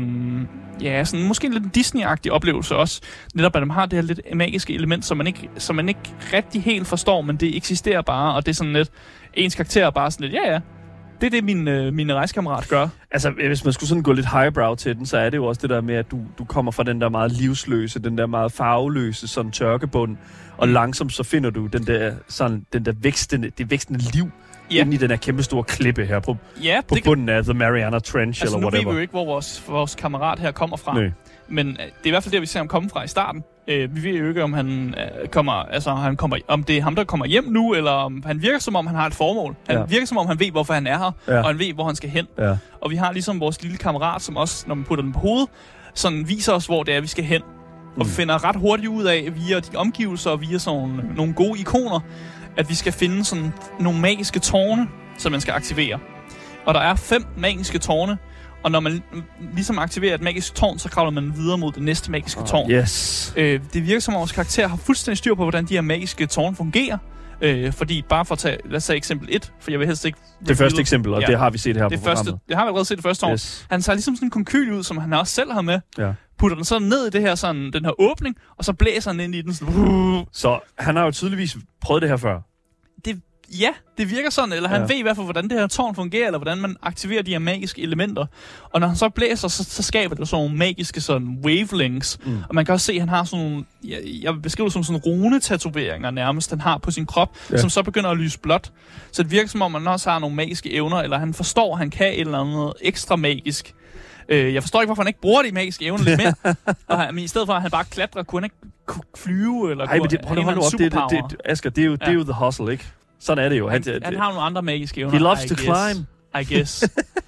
en ja, sådan måske lidt en Disney-agtig oplevelse også. Netop at de har det her lidt magiske element, som man ikke, som man ikke rigtig helt forstår, men det eksisterer bare, og det er sådan lidt, ens karakter er bare sådan lidt, ja ja, det er det, min, øh, min rejsekammerat gør. Altså, hvis man skulle sådan gå lidt highbrow til den, så er det jo også det der med, at du, du kommer fra den der meget livsløse, den der meget farveløse sådan tørkebund, og langsomt så finder du den der, sådan, den der vækstende, det vækstende liv ja. inde i den her kæmpe store klippe her på, ja, på bunden af The Mariana Trench, altså, eller whatever. Altså, nu ved vi jo ikke, hvor vores, vores kammerat her kommer fra. Nej. Men det er i hvert fald der, vi ser ham komme fra i starten. Øh, vi ved jo ikke, om han øh, kommer, altså han kommer, om det er ham, der kommer hjem nu, eller om han virker som om han har et formål. Han ja. virker som om han ved, hvorfor han er her, ja. og han ved, hvor han skal hen. Ja. Og vi har ligesom vores lille kammerat, som også, når man putter den på hovedet, sådan viser os, hvor det er, vi skal hen. Mm. Og vi finder ret hurtigt ud af, via de omgivelser og via sådan nogle gode ikoner, at vi skal finde sådan nogle magiske tårne, som man skal aktivere. Og der er fem magiske tårne. Og når man ligesom aktiverer et magisk tårn, så kravler man videre mod det næste magiske tårn. Oh, yes. øh, det virker som om vores karakter har fuldstændig styr på, hvordan de her magiske tårne fungerer. Øh, fordi bare for at tage, lad os tage eksempel et, for jeg vil helst ikke... Det første eksempel, og ja. det har vi set her det på første, programmet. Det har vi allerede set det første tårn. Yes. Han tager ligesom sådan en konkyl ud, som han også selv har med. Ja. Putter den så ned i det her, sådan, den her åbning, og så blæser han ind i den. Sådan, så han har jo tydeligvis prøvet det her før. Det Ja, det virker sådan, eller han ja. ved i hvert fald, hvordan det her tårn fungerer, eller hvordan man aktiverer de her magiske elementer. Og når han så blæser, så, så skaber det sådan nogle magiske sådan wavelengths. Mm. Og man kan også se, at han har sådan nogle, jeg, jeg vil beskrive det som sådan rune-tatoveringer nærmest, han har på sin krop, ja. som så begynder at lyse blåt. Så det virker som om, man også har nogle magiske evner, eller han forstår, at han kan et eller andet ekstra magisk. Øh, jeg forstår ikke, hvorfor han ikke bruger de magiske evner lidt mere. Og han, men i stedet for, at han bare klatrer, kunne han ikke kunne flyve, eller Ej, men det, prøv at holde op, det, det, det, Asger, det er jo, ja. det er jo the hustle, ikke? Sådan er det jo. Han, han, han har nogle andre magiske evner. He loves I to guess. climb. I guess.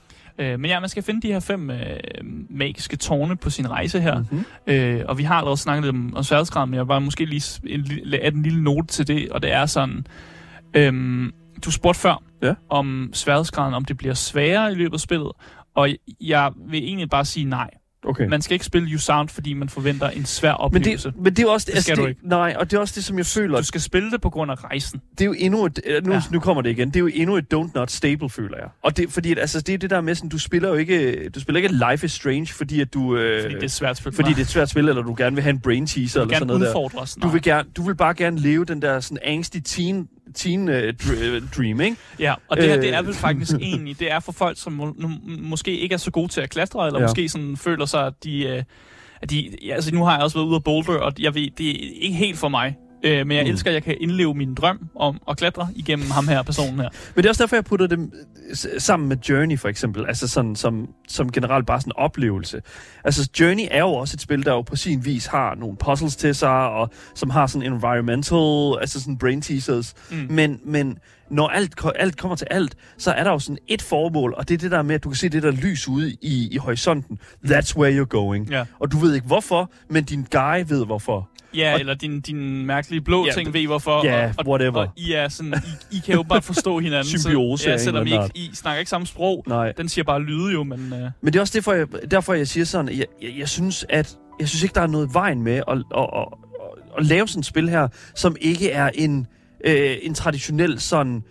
øh, men ja, man skal finde de her fem øh, magiske tårne på sin rejse her. Mm-hmm. Øh, og vi har allerede snakket om, om sværhedsgraden, men jeg vil bare måske lige en, add en lille note til det. Og det er sådan... Øh, du spurgte før ja. om sværhedsgraden, om det bliver sværere i løbet af spillet. Og jeg vil egentlig bare sige nej. Okay. Man skal ikke spille U-Sound, fordi man forventer en svær oplevelse. Men det, men det er også det, det skal altså, du det, ikke. Nej, og det er også det, som jeg føler. Du skal spille det på grund af rejsen. Det er jo endnu et, nu, ja. nu kommer det igen. Det er jo endnu et don't not stable, føler jeg. Og det, fordi altså, det er det der med sådan, du spiller jo ikke, du spiller ikke Life is Strange, fordi at du øh, fordi det er et svært spil. Fordi det er et svært spil, eller du gerne vil have en brain teaser eller sådan noget der. Du vil gerne, du vil bare gerne leve den der sådan angsty teen teen uh, dream, ikke? Ja, og det her, det er vel faktisk egentlig, det er for folk, som må, måske ikke er så gode til at klatre, eller ja. måske sådan føler sig, at de, at de, ja, altså nu har jeg også været ude af boulder, og jeg ved, det er ikke helt for mig. Øh, men jeg Mm. elsker, at jeg kan indleve min drøm om at klatre igennem ham her personen her. Men det er også derfor, jeg putter dem s- sammen med Journey, for eksempel. Altså sådan, som, som generelt bare sådan en oplevelse. Altså, Journey er jo også et spil, der jo på sin vis har nogle puzzles til sig, og som har sådan environmental, altså sådan brain teasers. Mm. Men, men når alt, alt kommer til alt, så er der jo sådan et formål, og det er det der med, at du kan se det der lys ude i, i horisonten. That's where you're going. Ja. Og du ved ikke hvorfor, men din guy ved hvorfor. Ja, og, eller din, din mærkelige blå ja, ting ved hvorfor. Ja, og, og, whatever. Og I, er sådan, I, I kan jo bare forstå hinanden. Symbiose så, ja, af en selvom I, eller ikke, anden I snakker ikke samme sprog. Nej. Den siger bare lyde jo, men... Uh... Men det er også derfor, jeg, derfor, jeg siger sådan, jeg, jeg, jeg synes, at jeg synes ikke, der er noget i vejen med at, at, at, at, at lave sådan et spil her, som ikke er en, øh, en traditionel sådan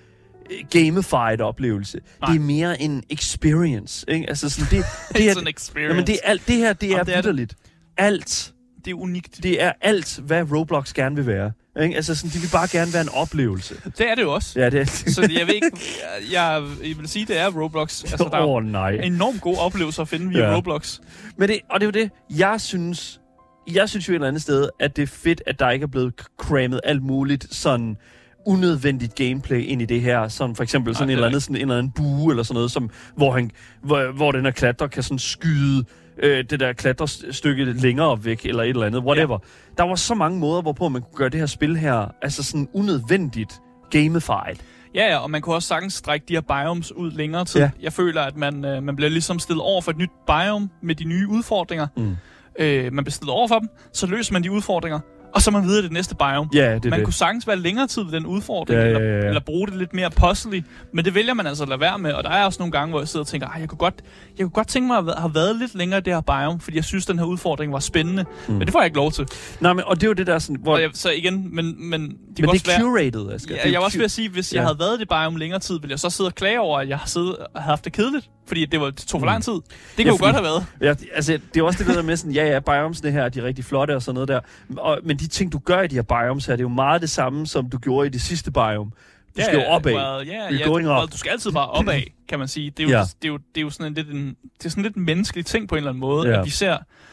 gamified oplevelse. Nej. Det er mere en experience, ikke? Altså sådan det det er sådan en experience. Jamen det er alt det her, det Jamen, er det er vitterligt. Alt. Det er unikt. Det er alt, hvad Roblox gerne vil være. Ikke? Altså sådan, de vil bare gerne være en oplevelse. Det er det jo også. Ja, det er. Så jeg ved ikke, jeg, jeg vil sige, det er Roblox. Altså, der er oh, nej. enormt gode oplevelser at finde via Ja. Roblox. Men det, og det er jo det, jeg synes, jeg synes jo et eller andet sted, at det er fedt, at der ikke er blevet crammet alt muligt sådan unødvendigt gameplay ind i det her. Sådan for eksempel sådan Nej, en det er eller anden, sådan en eller anden bue eller sådan noget, som, hvor, han, hvor, hvor den her klatrer kan sådan skyde øh, det der klatrestykke længere væk, eller et eller andet, whatever. Ja. Der var så mange måder, hvorpå man kunne gøre det her spil her, altså sådan unødvendigt gamified. Ja, ja, og man kunne også sagtens strække de her biomes ud længere tid. Ja. Jeg føler, at man, øh, man bliver ligesom stillet over for et nyt biome med de nye udfordringer. Mm. Øh, man bliver stillet over for dem, så løser man de udfordringer, og så er man videre det næste biome. Ja, det er man det. kunne sagtens være længere tid ved den udfordring, Ja, ja, ja, eller, ja. eller bruge det lidt mere puzzly, men det vælger man altså at lade være med, og der er også nogle gange, hvor jeg sidder og tænker, jeg kunne godt, jeg kunne godt tænke mig at have været lidt længere i det her biome, fordi jeg synes, den her udfordring var spændende, mm. men det får jeg ikke lov til. Nej, men, og det er jo det der sådan, hvor... Og jeg, så igen, men, men det men kan det også er være... curated, Asger. Ja, Det er jeg var cu- også ved at sige, hvis jeg Ja. havde været i det biome længere tid, ville jeg så sidde og klage over, at jeg har siddet og haft det kedeligt, fordi det, var, det tog for lang tid. Det kan Ja, jo fordi- godt have været. Ja, altså, det er også det der med sådan, ja, ja, biomesne her, de er rigtig flotte og sådan noget der. Og, men de ting, du gør i de her biomes her, det er jo meget det samme, som du gjorde i det sidste biome. Du skal jo opad. Well, yeah, You're yeah, going du, up. well, du skal altid bare opad, kan man sige. Det er jo, Ja. det er jo, det er jo sådan en lidt en, det er sådan lidt en menneskelig ting på en eller anden måde, Ja. at vi ser,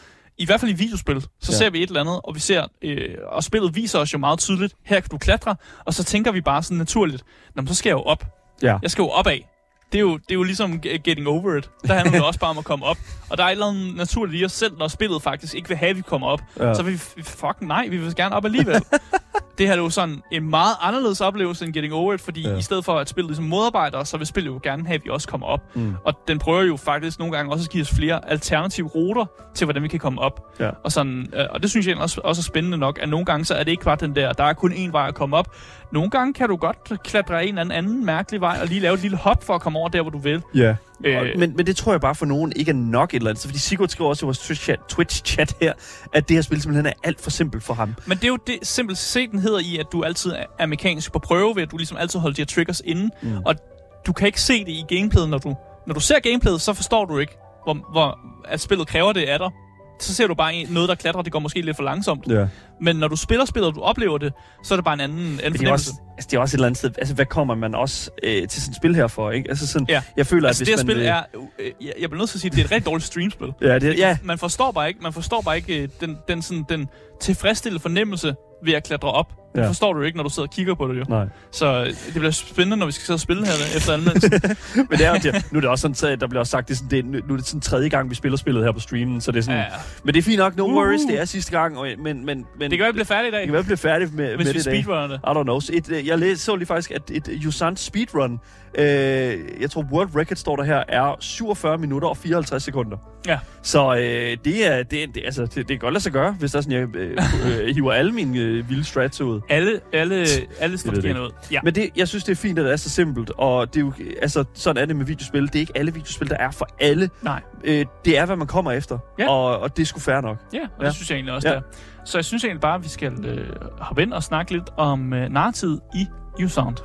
i hvert fald i videospil, så Ja. ser vi et eller andet, og vi ser, øh, og spillet viser os jo meget tydeligt, her kan du klatre, og så tænker vi bare sådan naturligt, nå, men så skal jeg jo op. Ja. Jeg skal jo opad. Det er jo, det er jo ligesom getting over it. Der handler det også bare om at komme op. Og der er et eller andet naturligt i os selv, når spillet faktisk ikke vil have, at vi kommer op. Ja. Så vil vi, fucking nej, vi vil gerne op alligevel. Det her er jo sådan en meget anderledes oplevelse end getting over it, fordi Ja. i stedet for at spillet ligesom modarbejder os, så vil spillet jo gerne have, at vi også kommer op. Mm. Og den prøver jo faktisk nogle gange også at give os flere alternative ruter til, hvordan vi kan komme op. Ja. Og, sådan, øh, og det synes jeg egentlig også, også er spændende nok, at nogle gange så er det ikke bare den der, der er kun én vej at komme op. Nogle gange kan du godt klatre en eller anden, anden mærkelig vej og lige lave et lille hop for at komme over der, hvor du vil. Ja. Øh. Og, men, men det tror jeg bare for nogen ikke er nok et eller andet. Fordi Sigurd skriver også i vores Twitch-chat, Twitch-chat her, at det her spil simpelthen er alt for simpelt for ham. Men det er jo det simpelthen hedder i, at du altid er mekanisk på prøve, ved at du ligesom altid holder de her triggers inde. Mm. Og du kan ikke se det i gameplayet, når du, når du ser gameplayet, så forstår du ikke, hvor, hvor at spillet kræver det af dig. Så ser du bare en- noget, der klatrer, det går måske lidt for langsomt. Ja. Men når du spiller spillet, og du oplever det, så er det bare en anden, anden Men det er, fornemmelse. også, altså, det er også et eller andet sted. Altså, hvad kommer man også øh, til sådan et spil her for, ikke? Altså, sådan, Ja. jeg føler, Altså at det hvis her man... spil øh, er, øh, jeg, jeg bliver nødt til at sige, at det er et rigtig dårligt streamspil. Ja, det, ja. Man forstår bare ikke, man forstår bare ikke øh, den, den, sådan, den tilfredsstillende fornemmelse ved at klatre op. Det Ja. forstår du ikke, når du sidder og kigger på det jo. Nej. Så øh, det bliver spændende, når vi skal sidde og spille her efter anmeldelsen. Men det er jo det. Nu er det også sådan, at der bliver også sagt, det er sådan, det er, nu er det sådan tredje gang, vi spiller spillet her på streamen, så det er sådan... Ja. Men det er fint nok, no Uh. worries, det er sidste gang, og, men, men, men... Det kan være, vi bliver færdige i dag, Det kan være, vi bliver færdige med, hvis med vi det i dag. speedrunner det. I don't know. Så et, øh, jeg læste, så lige faktisk, at et Jusant speedrun, øh, jeg tror World Record står der her, er syvogfyrre minutter og fireoghalvtreds sekunder. Ja. Så øh, det er det, det, altså, det, det kan godt lade sig gøre, hvis der er sådan, jeg øh, øh, hiver alle mine øh, vilde strats ud. Alle, alle, alle strategierne ud. Ja. Men det, jeg synes, det er fint, at det er så simpelt, og det er jo, altså, sådan er det med videospil. Det er ikke alle videospil, der er for alle. Nej. Øh, det er, hvad man kommer efter, Ja. og, og det er sgu fair nok. Ja, og Ja. det synes jeg egentlig også, Ja. ja. der. Så jeg synes egentlig bare, at vi skal øh, hoppe ind og snakke lidt om øh, narrativet i Usound.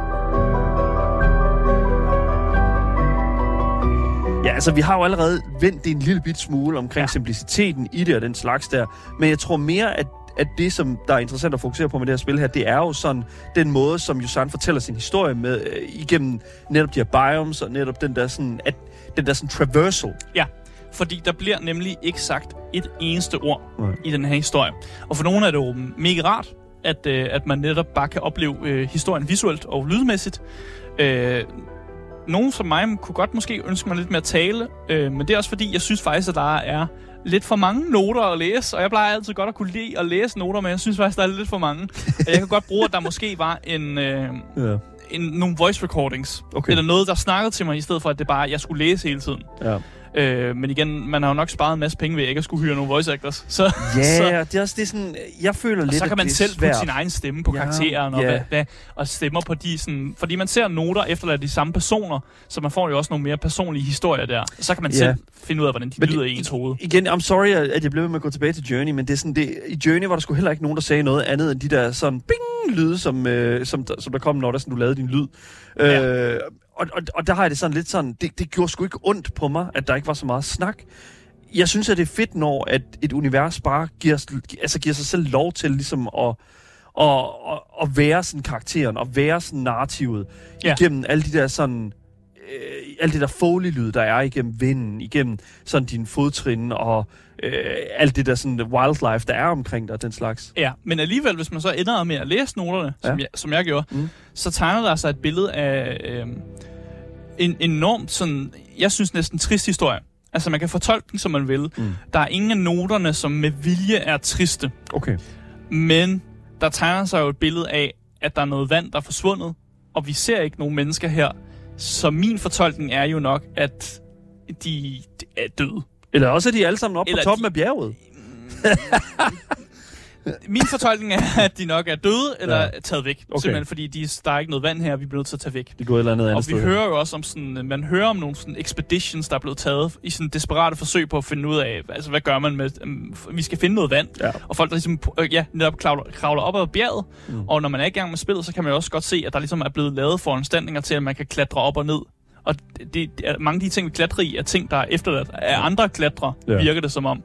Ja, altså, vi har jo allerede vendt det en lille bit smule omkring Ja. ja. simpliciteten i det og den slags der. Men jeg tror mere, at, at det, som der er interessant at fokusere på med det her spil her, det er jo sådan den måde, som Yusan fortæller sin historie med, øh, igennem netop de her biomes og netop den der sådan, at, den der sådan traversal. Ja, fordi der bliver nemlig ikke sagt et eneste ord Nej. i den her historie. Og for nogle er det jo mega rart, at, øh, at man netop bare kan opleve øh, historien visuelt og lydmæssigt. Øh, nogen som mig kunne godt måske ønske mig lidt mere tale, øh, men det er også fordi, jeg synes faktisk, at der er lidt for mange noter at læse, og jeg plejer altid godt at kunne lide at læse noter, men jeg synes faktisk, der er lidt for mange. Jeg kan godt bruge, at der måske var en... Øh, ja. En, nogle voice recordings, okay. Eller noget, der snakkede til mig, i stedet for, at det bare, jeg skulle læse hele tiden. Ja. Øh, men igen, man har jo nok sparet en masse penge ved, at ikke at skulle hyre nogle voice actors. Så, ja, så, det er også det er sådan, jeg føler lidt, så kan man selv putte sin egen stemme på ja, karakteren, og, yeah. hvad, hvad, og stemmer på de sådan... Fordi man ser noter efterladt de samme personer, så man får jo også nogle mere personlige historier der. Så kan man yeah. selv finde ud af, hvordan de men lyder i ens hoved. Igen, I'm sorry, at jeg blev ved med at gå tilbage til Journey, men det er sådan, det, i Journey var der sgu heller ikke nogen, der sagde noget andet end de der sådan bing lyde, som, øh, som, der, som der kom, når der sådan, du lavede din lyd. Ja. Øh, Og, og, og der har jeg det sådan lidt sådan, det, det gjorde sgu ikke ondt på mig, at der ikke var så meget snak. Jeg synes, at det er fedt, når at et univers bare giver, altså giver sig selv lov til ligesom at, at, at, at være sådan karakteren, og være sådan narrativet, ja. Igennem alle de der sådan, øh, alle det der foley-lyd, der er igennem vinden, igennem sådan dine fodtrin, og øh, alt det der sådan wildlife, der er omkring dig, den slags. Ja, men alligevel, hvis man så ender med at læse noterne, ja. som, jeg, som jeg gjorde, mm. så tegner der sig et billede af øh, en enormt sådan, jeg synes næsten trist historie. Altså, man kan fortolke den, som man vil. Mm. Der er ingen af noterne, som med vilje er triste. Okay. Men der tegner sig jo et billede af, at der er noget vand, der er forsvundet, og vi ser ikke nogen mennesker her. Så min fortolkning er jo nok, at de er døde. Eller også er de alle sammen oppe på toppen de... af bjerget. Min fortolkning er, at de nok er døde eller ja. taget væk. Okay. Simpelthen fordi de, der er ikke noget vand her, vi bliver nødt til at tage væk. Det går et eller andet andet Og vi sted. hører jo også om sådan, man hører om nogle sådan expeditions, der er blevet taget i sådan desperate forsøg på at finde ud af, altså hvad gør man med, um, vi skal finde noget vand. Ja. Og folk der ligesom, øh, ja, netop kravler, kravler op ad bjerget. Mm. Og når man er i gang med spillet, så kan man jo også godt se, at der ligesom er blevet lavet foranstaltninger til, at man kan klatre op og ned. Og det, det, mange af de ting, vi klatrer i, er ting, der er efterladt af andre klatre, ja. virker det som om.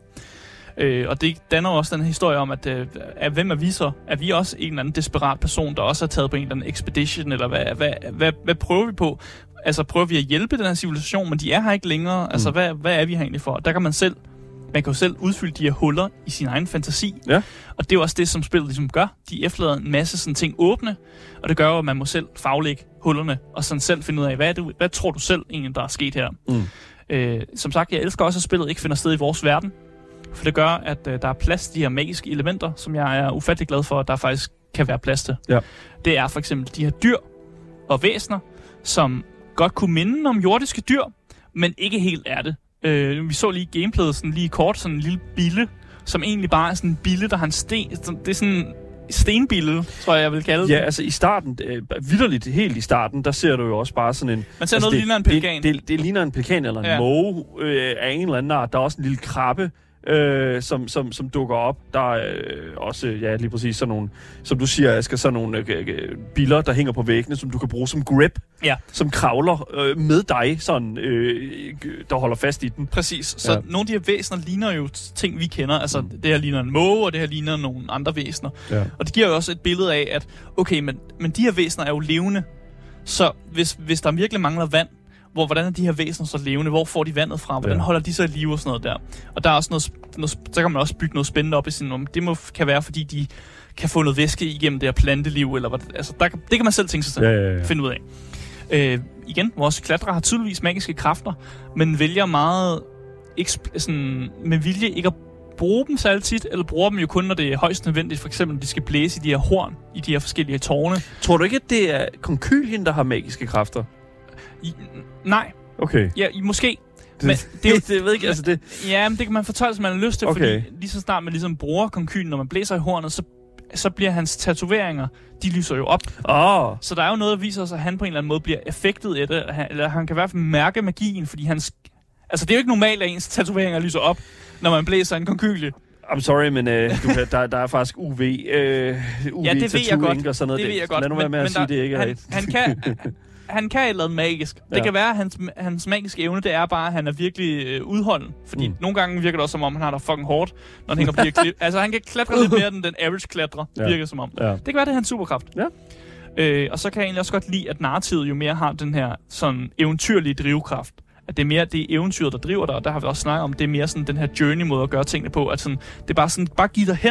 Øh, og det danner også den historie om, at, øh, at hvem er vi så? Er vi også en eller anden desperat person, der også er taget på en eller anden expedition? Eller hvad, hvad, hvad, hvad prøver vi på? Altså prøver vi at hjælpe den her civilisation, men de er her ikke længere. Altså mm. hvad, hvad er vi her egentlig for? Der kan man selv, man kan jo selv udfylde de her huller i sin egen fantasi. Ja. Og det er jo også det, som spillet ligesom gør. De efterlader en masse sådan ting åbne, og det gør jo, at man må selv faglægge hullerne, og sådan selv finde ud af, hvad, er det, hvad tror du selv egentlig, der er sket her? Mm. Øh, som sagt, jeg elsker også, at spillet ikke finder sted i vores verden. For det gør, at øh, der er plads til de her magiske elementer, som jeg er ufattelig glad for, at der faktisk kan være plads til. Ja. Det er for eksempel de her dyr og væsener, som godt kunne minde om jordiske dyr, men ikke helt er det. Øh, vi så lige gameplayet sådan lige kort, sådan en lille bille, som egentlig bare er sådan en bille, der har en sten. Det er sådan stenbillede, tror jeg, jeg vil kalde det. Ja, altså i starten, øh, vitterligt helt i starten, der ser du jo også bare sådan en... Man ser altså, noget, der ligner en pelikan. Det, det, det ligner en pelikan eller en ja. måge øh, af en eller anden art. Der er også en lille krabbe, Øh, som, som, som dukker op. Der er øh, også, ja, lige præcis sådan nogle, som du siger, Asger, sådan nogle øh, øh, biller, der hænger på væggene, som du kan bruge som grip, ja. som kravler øh, med dig, sådan, øh, der holder fast i den. Præcis. Så ja. nogle af de her væsener ligner jo ting, vi kender. Altså, mm. det her ligner en måge, og det her ligner nogle andre væsener. Ja. Og det giver jo også et billede af, at okay, men, men de her væsener er jo levende. Så hvis, hvis der virkelig mangler vand, Hvor, hvordan er de her væsener så levende? Hvor får de vandet fra? Hvordan ja. holder de så i live og sådan noget der? Og der er også noget, noget, så kan man også bygge noget spændende op i sin om. Det må, kan være, fordi de kan få noget væske igennem det her planteliv, eller hvad, altså, der, det kan man selv tænke sig til ja, ja, ja. finde ud af. Øh, igen, vores klatre har tydeligvis magiske kræfter, men vælger meget eksp- sådan, med vilje ikke at bruge dem særligt tit, eller bruger dem jo kun, når det er højst nødvendigt. For eksempel, når de skal blæse i de her horn, i de her forskellige tårne. Tror du ikke, at det er konkylien, der har magiske kræfter? I, nej. Okay. Ja, i, måske. Det, men det, er jo, det ved ikke, altså det... Ja, men det kan man fortolke, som man har lyst til, okay. fordi lige så snart man ligesom bruger konkylen, når man blæser i hornet, så, så bliver hans tatoveringer, de lyser jo op. Oh. Så der er jo noget, der viser sig, at han på en eller anden måde bliver effektet af det, eller han kan i hvert fald mærke magien, fordi hans... Altså, det er jo ikke normalt, at ens tatoveringer lyser op, når man blæser en konkylie. I'm sorry, men øh, du kan, der, der er faktisk U V, øh, U V ja, det ved jeg godt. Og sådan noget. Det ved jeg godt. Lad nu være med men, at sige, der, det ikke er han, rigtigt. Han kan... Han kan et eller andet magisk. Det ja. kan være, at hans, hans magiske evne, det er bare, at han er virkelig øh, udholden. Fordi mm. nogle gange virker det også, som om han har der fucking hårdt, når han hænger på de klip. Altså, han kan klatre lidt mere, end den average klatrer, ja. virker som om. Ja. Det kan være, det er hans superkraft. Ja. Øh, og så kan jeg egentlig også godt lide, at narrativet jo mere har den her sådan eventyrlige drivkraft. At det er mere det er eventyret, der driver dig, og der har vi også snakket om, det er mere sådan den her journey-måde at gøre tingene på. At sådan, det er bare sådan, bare giv dig hen,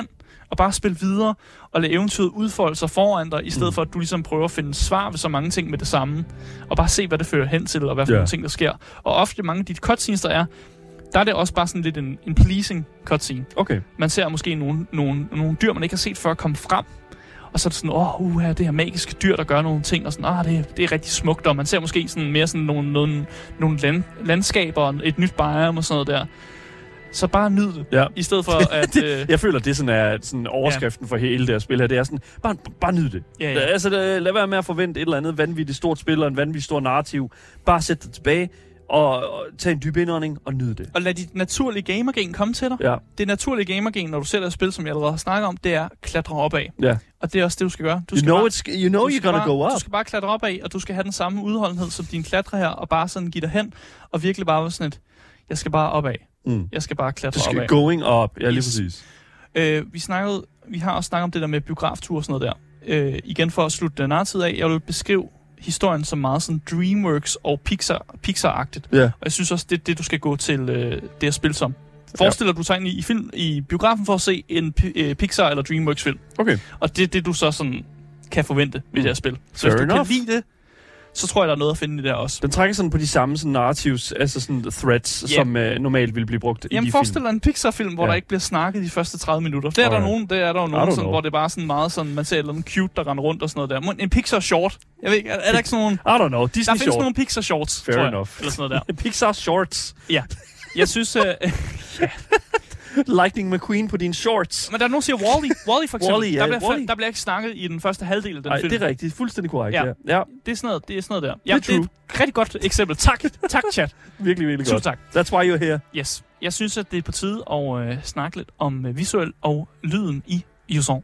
og bare spille videre, og lade eventyret udfolde sig foran dig, i stedet mm. for, at du ligesom prøver at finde svar ved så mange ting med det samme, og bare se, hvad det fører hen til, og hvad for yeah. nogle ting, der sker. Og ofte mange af de cutscenes, der er, der er det også bare sådan lidt en, en pleasing cutscene. Okay. Man ser måske nogle, nogle, nogle dyr, man ikke har set før komme frem, og så er det sådan, åh, uh, det her magiske dyr, der gør nogle ting, og sådan, ah, det, det er rigtig smukt, og man ser måske sådan mere sådan nogle, nogle, nogle land, landskaber, et nyt biome og sådan noget der. Så bare nyd det, ja. I stedet for at... Øh... Jeg føler, det sådan er sådan overskriften ja. For hele det her spil her. Det er sådan, bare, bare nyd det. Ja, ja. Altså, lad være med at forvente et eller andet vanvittigt stort spil, og en vanvittigt stor narrativ. Bare sæt dig tilbage, og, og tage en dyb indånding, og nyd det. Og lad dit naturlige gamergen komme til dig. Ja. Det naturlige gamergen, når du ser et spil, som jeg allerede har snakket om, det er at klatre opad. Ja. Og det er også det, du skal gøre. Du skal you know, bare, it's, you know you're gonna bare, go up. Du skal bare klatre opad, og du skal have den samme udholdenhed som din klatre her, og bare sådan give dig hen, og virkelig bare være sådan et, jeg skal bare opad. Mm. Jeg skal bare klatre opad. Du skal going up, ja lige yes. præcis. Øh, vi, snakkede, vi har også snakket om det der med biograftur og sådan noget der. Øh, igen for at slutte den tid af, jeg vil beskrive historien som meget sådan DreamWorks og Pixar, Pixar-agtigt. Yeah. Og jeg synes også, det er det, du skal gå til øh, det her spil som. Forestiller ja. Du sig ind i, i, film, i biografen for at se en øh, Pixar- eller DreamWorks-film. Okay. Og det er det, du så sådan kan forvente ved mm. det her spil. Så Fair hvis du enough. Kan lide det, så tror jeg, der er noget at finde i det også. Den trækker sådan på de samme sådan narratives, altså sådan threads, yeah. som øh, normalt vil blive brugt. Jamen, i de forestil dig en Pixar-film, hvor ja. Der ikke bliver snakket de første tredive minutter. Der er okay. der nogen, der er der nogen, sådan, hvor det er bare sådan meget sådan, man ser et eller andet cute, der render rundt og sådan noget der. En Pixar-short. Jeg ved ikke, er, er der ikke sådan nogen... I don't know, Disney Der findes short. nogle Pixar-shorts, Fair tror jeg. Enough. Eller sådan noget der. Pixar-shorts. Ja. Jeg synes... Øh, ja. Lightning McQueen på dine shorts. Men der er nogen, der siger Wall-E. Wall-E for eksempel. Wall-E, ja, der, bliver, Wall-E. der bliver ikke snakket i den første halvdel af den Ej, film. det er rigtigt. Fuldstændig korrekt, ja. ja. ja. Det er sådan noget, det er sådan noget der. Ja, det, det er et rigtig godt eksempel. Tak. Tak, chat. Virkelig, virkelig godt. tak. That's why you're here. Yes. Jeg synes, at det er på tide at øh, snakke lidt om øh, visuel og lyden i Jusant.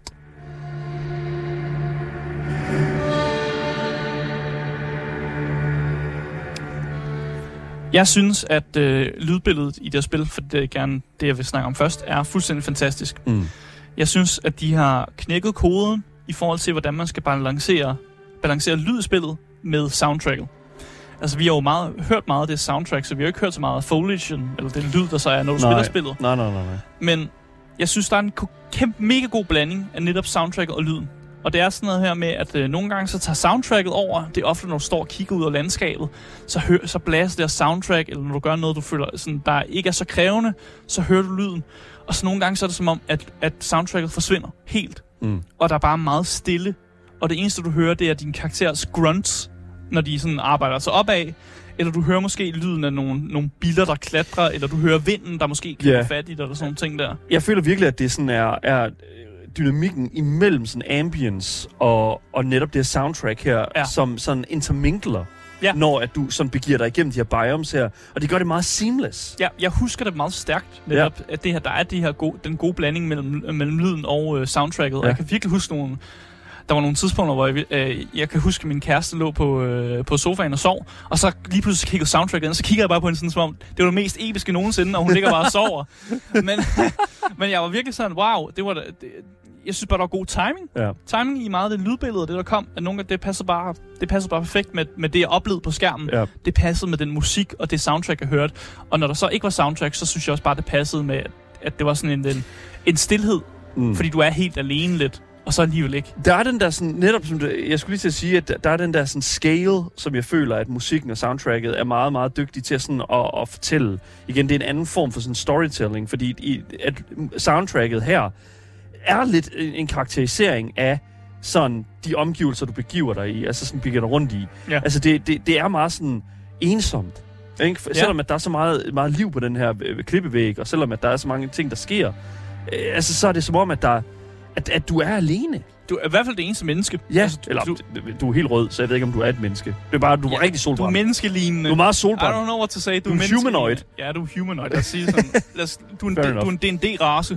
Jeg synes, at øh, lydbilledet i det her spil, for det er gerne det, jeg vil snakke om først, er fuldstændig fantastisk. Mm. Jeg synes, at de har knækket koden i forhold til, hvordan man skal balancere, balancere lydspillet med soundtracket. Altså, vi har jo meget, hørt meget af det soundtrack, så vi har ikke hørt så meget af foliagen, eller den lyd, der så er, når du nej. spiller spillet. Nej, nej, nej, nej. Men jeg synes, der er en kæmpe, mega god blanding af netop soundtracket og lyden. Og det er sådan noget her med, at øh, nogle gange så tager soundtracket over. Det er ofte, når du står og kigger ud af landskabet, så, hør, så blæser det her soundtrack, eller når du gør noget, du føler, sådan, der ikke er så krævende, så hører du lyden. Og så nogle gange så er det som om, at, at soundtracket forsvinder helt. Mm. Og der er bare meget stille. Og det eneste, du hører, det er din karakteres grunts, når de sådan arbejder sig opad. Eller du hører måske lyden af nogle, nogle biler, der klatrer, eller du hører vinden, der måske kan yeah. fat i dig, eller sådan nogle ting der. Jeg føler virkelig, at det sådan er... er dynamikken imellem sådan ambience og, og netop det her soundtrack her, ja. Som sådan intermingler, ja. Når at du sådan begiver dig igennem de her biomes her, og det gør det meget seamless. Ja, jeg husker det meget stærkt, netop, ja. At det her, der er det her gode, den gode blanding mellem, mellem lyden og øh, soundtracket, ja. Og jeg kan virkelig huske nogle... Der var nogle tidspunkter, hvor jeg, øh, jeg kan huske, at min kæreste lå på, øh, på sofaen og sov, og så lige pludselig kiggede soundtracket ind, og så kigger jeg bare på hende sådan, som om det var det mest episke nogensinde, og hun ligger bare og sover. men, men jeg var virkelig sådan, wow, det var det, jeg synes bare, der var god timing. Ja. Timing i meget af det lydbillede, det der kom, at nogle af det passer bare, det passer bare perfekt med, med det, jeg oplevede på skærmen. Ja. Det passede med den musik og det soundtrack, jeg hørte. Og når der så ikke var soundtrack, så synes jeg også bare, det passede med, at det var sådan en, en, en stilhed, mm. fordi du er helt alene lidt. Og så alligevel ikke. Der er den der sådan, netop som du, jeg skulle lige til at sige, at der er den der sådan scale, som jeg føler, at musikken og soundtracket er meget, meget dygtig til sådan at, at fortælle. Igen, det er en anden form for sådan storytelling, fordi i, at soundtracket her er lidt en karakterisering af sådan de omgivelser, du begiver dig i, altså sådan begiver dig rundt i. Ja. Altså det, det, det er meget sådan ensomt. Ikke? Ja. Selvom at der er så meget, meget liv på den her klippevæg, og selvom at der er så mange ting, der sker, øh, altså så er det som om, at der At, at du er alene. Du er i hvert fald det eneste menneske. Ja, altså, du, eller du, du er helt rød, så jeg ved ikke, om du er et menneske. Det er bare, du er ja, rigtig solbrændt. Du er menneskelignende. Du er meget solbrændt. I don't know what to say. Du, du er, er humanoid. Ja, du er humanoid. Lad os sige sådan. Lad os, du, er en, du er en D and D-race.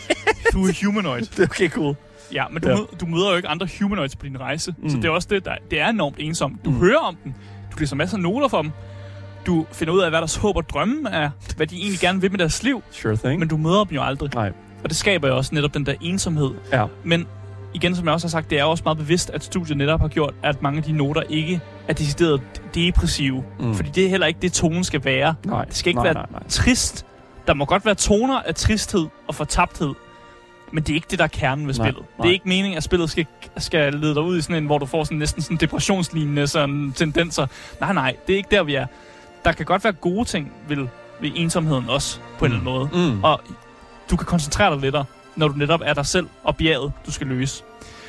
Du er humanoid. Det er okay, cool. Ja, men du, ja. Mød, du møder jo ikke andre humanoids på din rejse. Mm. Så det er også det, der, det er enormt ensomt. Du mm. hører om dem. Du læser masser af noter for dem. Du finder ud af, hvad deres håb og drømme er. Hvad de egentlig gerne vil med deres liv. Sure thing. Men du møder dem jo aldrig. Nej. Og det skaber jo også netop den der ensomhed. Ja. Men igen, som jeg også har sagt, det er også meget bevidst, at studiet netop har gjort, at mange af de noter ikke er decideret depressive. Mm. Fordi det er heller ikke det, tonen skal være. Nej. Det skal ikke nej, være nej, nej. trist. Der må godt være toner af tristhed og fortabthed. Men det er ikke det, der er kernen ved Nej, spillet. nej. Det er ikke meningen, at spillet skal, skal lede dig ud i sådan en, hvor du får sådan næsten sådan depressionslignende sådan tendenser. Nej, nej, det er ikke der, vi er. Der kan godt være gode ting ved, ved ensomheden også, på en Mm. eller anden måde. Mm. Og du kan koncentrere dig lidt, når du netop er dig selv og bjerget, du skal løse.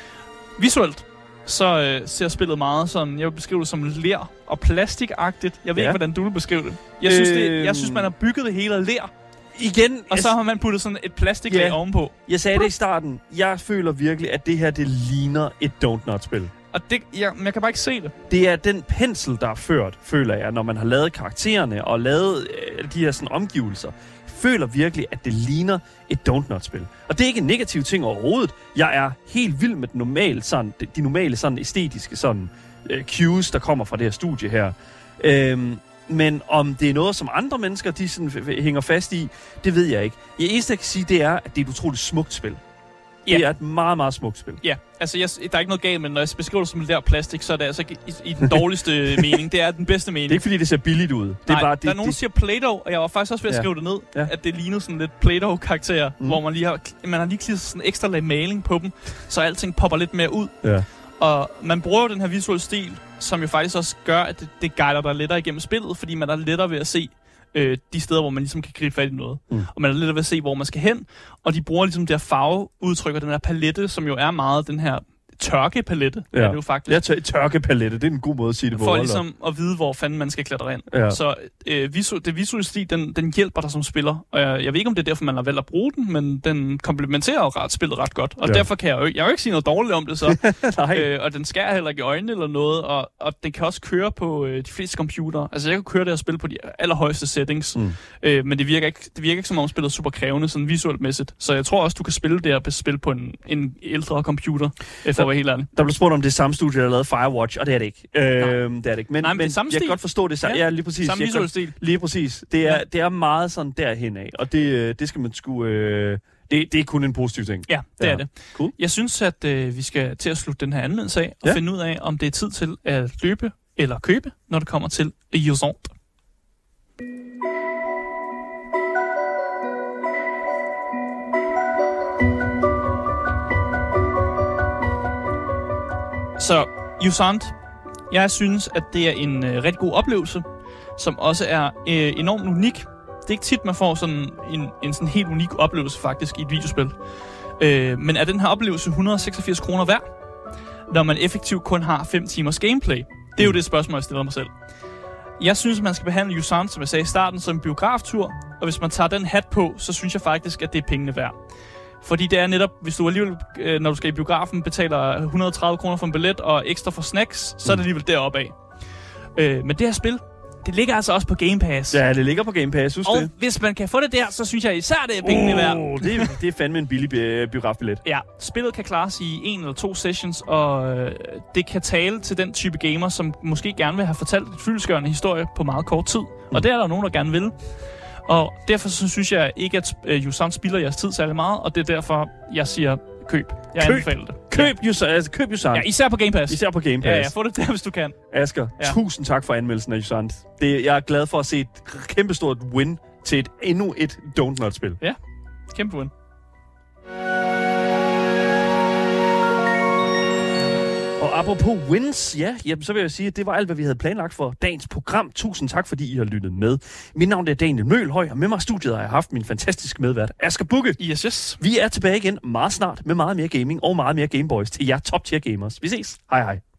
Visuelt, så øh, ser spillet meget sådan, jeg vil beskrive det som ler og plastikagtigt. Jeg ved Ja. ikke, hvordan du vil beskrive det. Jeg synes, det, Øhm. jeg synes man har bygget det hele af ler, Igen, og så har man puttet sådan et plastiklag Ja. ovenpå. jeg sagde det i starten. Jeg føler virkelig, at det her, det ligner et Don't Not-spil. Og det, jeg, men jeg kan bare ikke se det. Det er den pensel, der er ført, føler jeg, når man har lavet karaktererne og lavet øh, de her sådan, omgivelser. Føler virkelig, at det ligner et Don't Not-spil. Og det er ikke en negativ ting overhovedet. Jeg er helt vild med den normale, sådan, de normale sådan, æstetiske sådan, øh, cues, der kommer fra det her studie her. Øhm, men om det er noget, som andre mennesker de sådan, f- f- hænger fast i, det ved jeg ikke. Det eneste, jeg kan sige, det er, at det er et utroligt smukt spil. Ja. Det er et meget, meget smukt spil. Ja, altså jeg, der er ikke noget galt, men når jeg beskriver det som det der plastik, så er det altså ikke i, i den dårligste mening. Det er den bedste mening. Det er ikke, fordi det ser billigt ud. Det Nej, er bare, det, der er nogen, der det, siger Play-Doh, og jeg var faktisk også ved at Ja. skrive det ned, Ja. at det lignede sådan lidt Play-Doh-karakterer, Mm. mm. hvor man lige har, man har lige klistret sådan en ekstra lag maling på dem, så alting popper lidt mere ud. ja. Og man bruger jo den her visuelle stil, som jo faktisk også gør, at det, det guider dig lettere igennem spillet, fordi man er lettere ved at se øh, de steder, hvor man ligesom kan gribe fat i noget. Mm. Og man er lettere ved at se, hvor man skal hen. Og de bruger ligesom det her farveudtryk og den her palette, som jo er meget den her tørkepalette, Ja. er det jo faktisk. Jeg tør tørkepalette, det er en god måde at sige det på. For Hold da ligesom at vide, hvor fanden man skal klatre ind. Ja. Så øh, visu- det visuelle stil, den, den hjælper dig som spiller. Og jeg, jeg ved ikke, om det er derfor, man har valgt at bruge den, men den komplementerer jo ret spillet ret godt. Og Ja. ja. derfor kan jeg jo, ikke- jeg kan jo ikke sige noget dårligt om det så. Nej. øh, og den skærer heller ikke i øjnene eller noget. Og, og den kan også køre på øh, de fleste computere. Altså jeg kan køre det her spil på de allerhøjeste settings. Mm. Øh, men det virker, ikke, det virker ikke som om spillet er super krævende, sådan visuelt mæssigt. Så jeg tror også, du kan spille det her spil på en, en ældre computer, øh, for at være helt ærlig. Der blev spurgt om det er samme studie, der har lavet Firewatch, og det er det ikke. Øh, det er det ikke. Men, Nej, men det er men samme jeg kan stil. godt forstå det. Ja, Ja. ja lige præcis. Samme Jeg kan visuelle godt- stil. Lige præcis. Det er, Ja. det er meget sådan derhen af, og det, øh, det skal man sgu... Øh, det, det er kun en positiv ting. Ja, det Ja. er det. Cool. Jeg synes, at øh, vi skal til at slutte den her anmeldelse af, og Ja. finde ud af, om det er tid til at løbe eller købe, når det kommer til Jusant. Så Jusant, jeg synes, at det er en øh, rigtig god oplevelse, som også er øh, enormt unik. Det er ikke tit, man får sådan en, en sådan helt unik oplevelse faktisk i et videospil. Øh, men er den her oplevelse et hundrede og seksogfirs kroner værd, når man effektivt kun har fem timers gameplay? Det er jo det spørgsmål, jeg stiller mig selv. Jeg synes, man skal behandle Jusant, som jeg sagde i starten, som en biograftur, og hvis man tager den hat på, så synes jeg faktisk, at det er pengene værd. Fordi det er netop, hvis du alligevel, øh, når du skal i biografen, betaler et hundrede og tredive kroner for en billet og ekstra for snacks, så er det alligevel deroppe af. Øh, men det her spil, det ligger altså også på Game Pass. Ja, det ligger på Game Pass, husk Og det. hvis man kan få det der, så synes jeg især, det er pengene værd. Oh, det, er- det er fandme en billig bi- biografbillet. Ja, spillet kan klares i en eller to sessions, og øh, det kan tale til den type gamer, som måske gerne vil have fortalt et fyldestgørende historie på meget kort tid. Mm. Og det er der nogen, der gerne vil. Og derfor så synes jeg ikke, at øh, Jusant spilder jeres tid særlig meget, og det er derfor, jeg siger køb. Jeg Køb. anbefaler det. Køb Jusant, altså køb Jusant. Ja, især på Game Pass. Især på Game Pass. Ja, ja, få det der, hvis du kan. Asger, Ja. tusind tak for anmeldelsen af Jusant. Det, jeg er glad for at se et kæmpestort win til et endnu et Don't Not-spil. Ja, kæmpe win. Og apropos wins, ja, jamen, så vil jeg sige, at det var alt, hvad vi havde planlagt for dagens program. Tusind tak, fordi I har lyttet med. Mit navn er Daniel Mølhøj, og med mig i studiet har jeg haft min fantastiske medvært, Asger Bugge. Yes, yes. Vi er tilbage igen meget snart med meget mere gaming og meget mere Gameboys til jer top-tier gamers. Vi ses. Hej hej.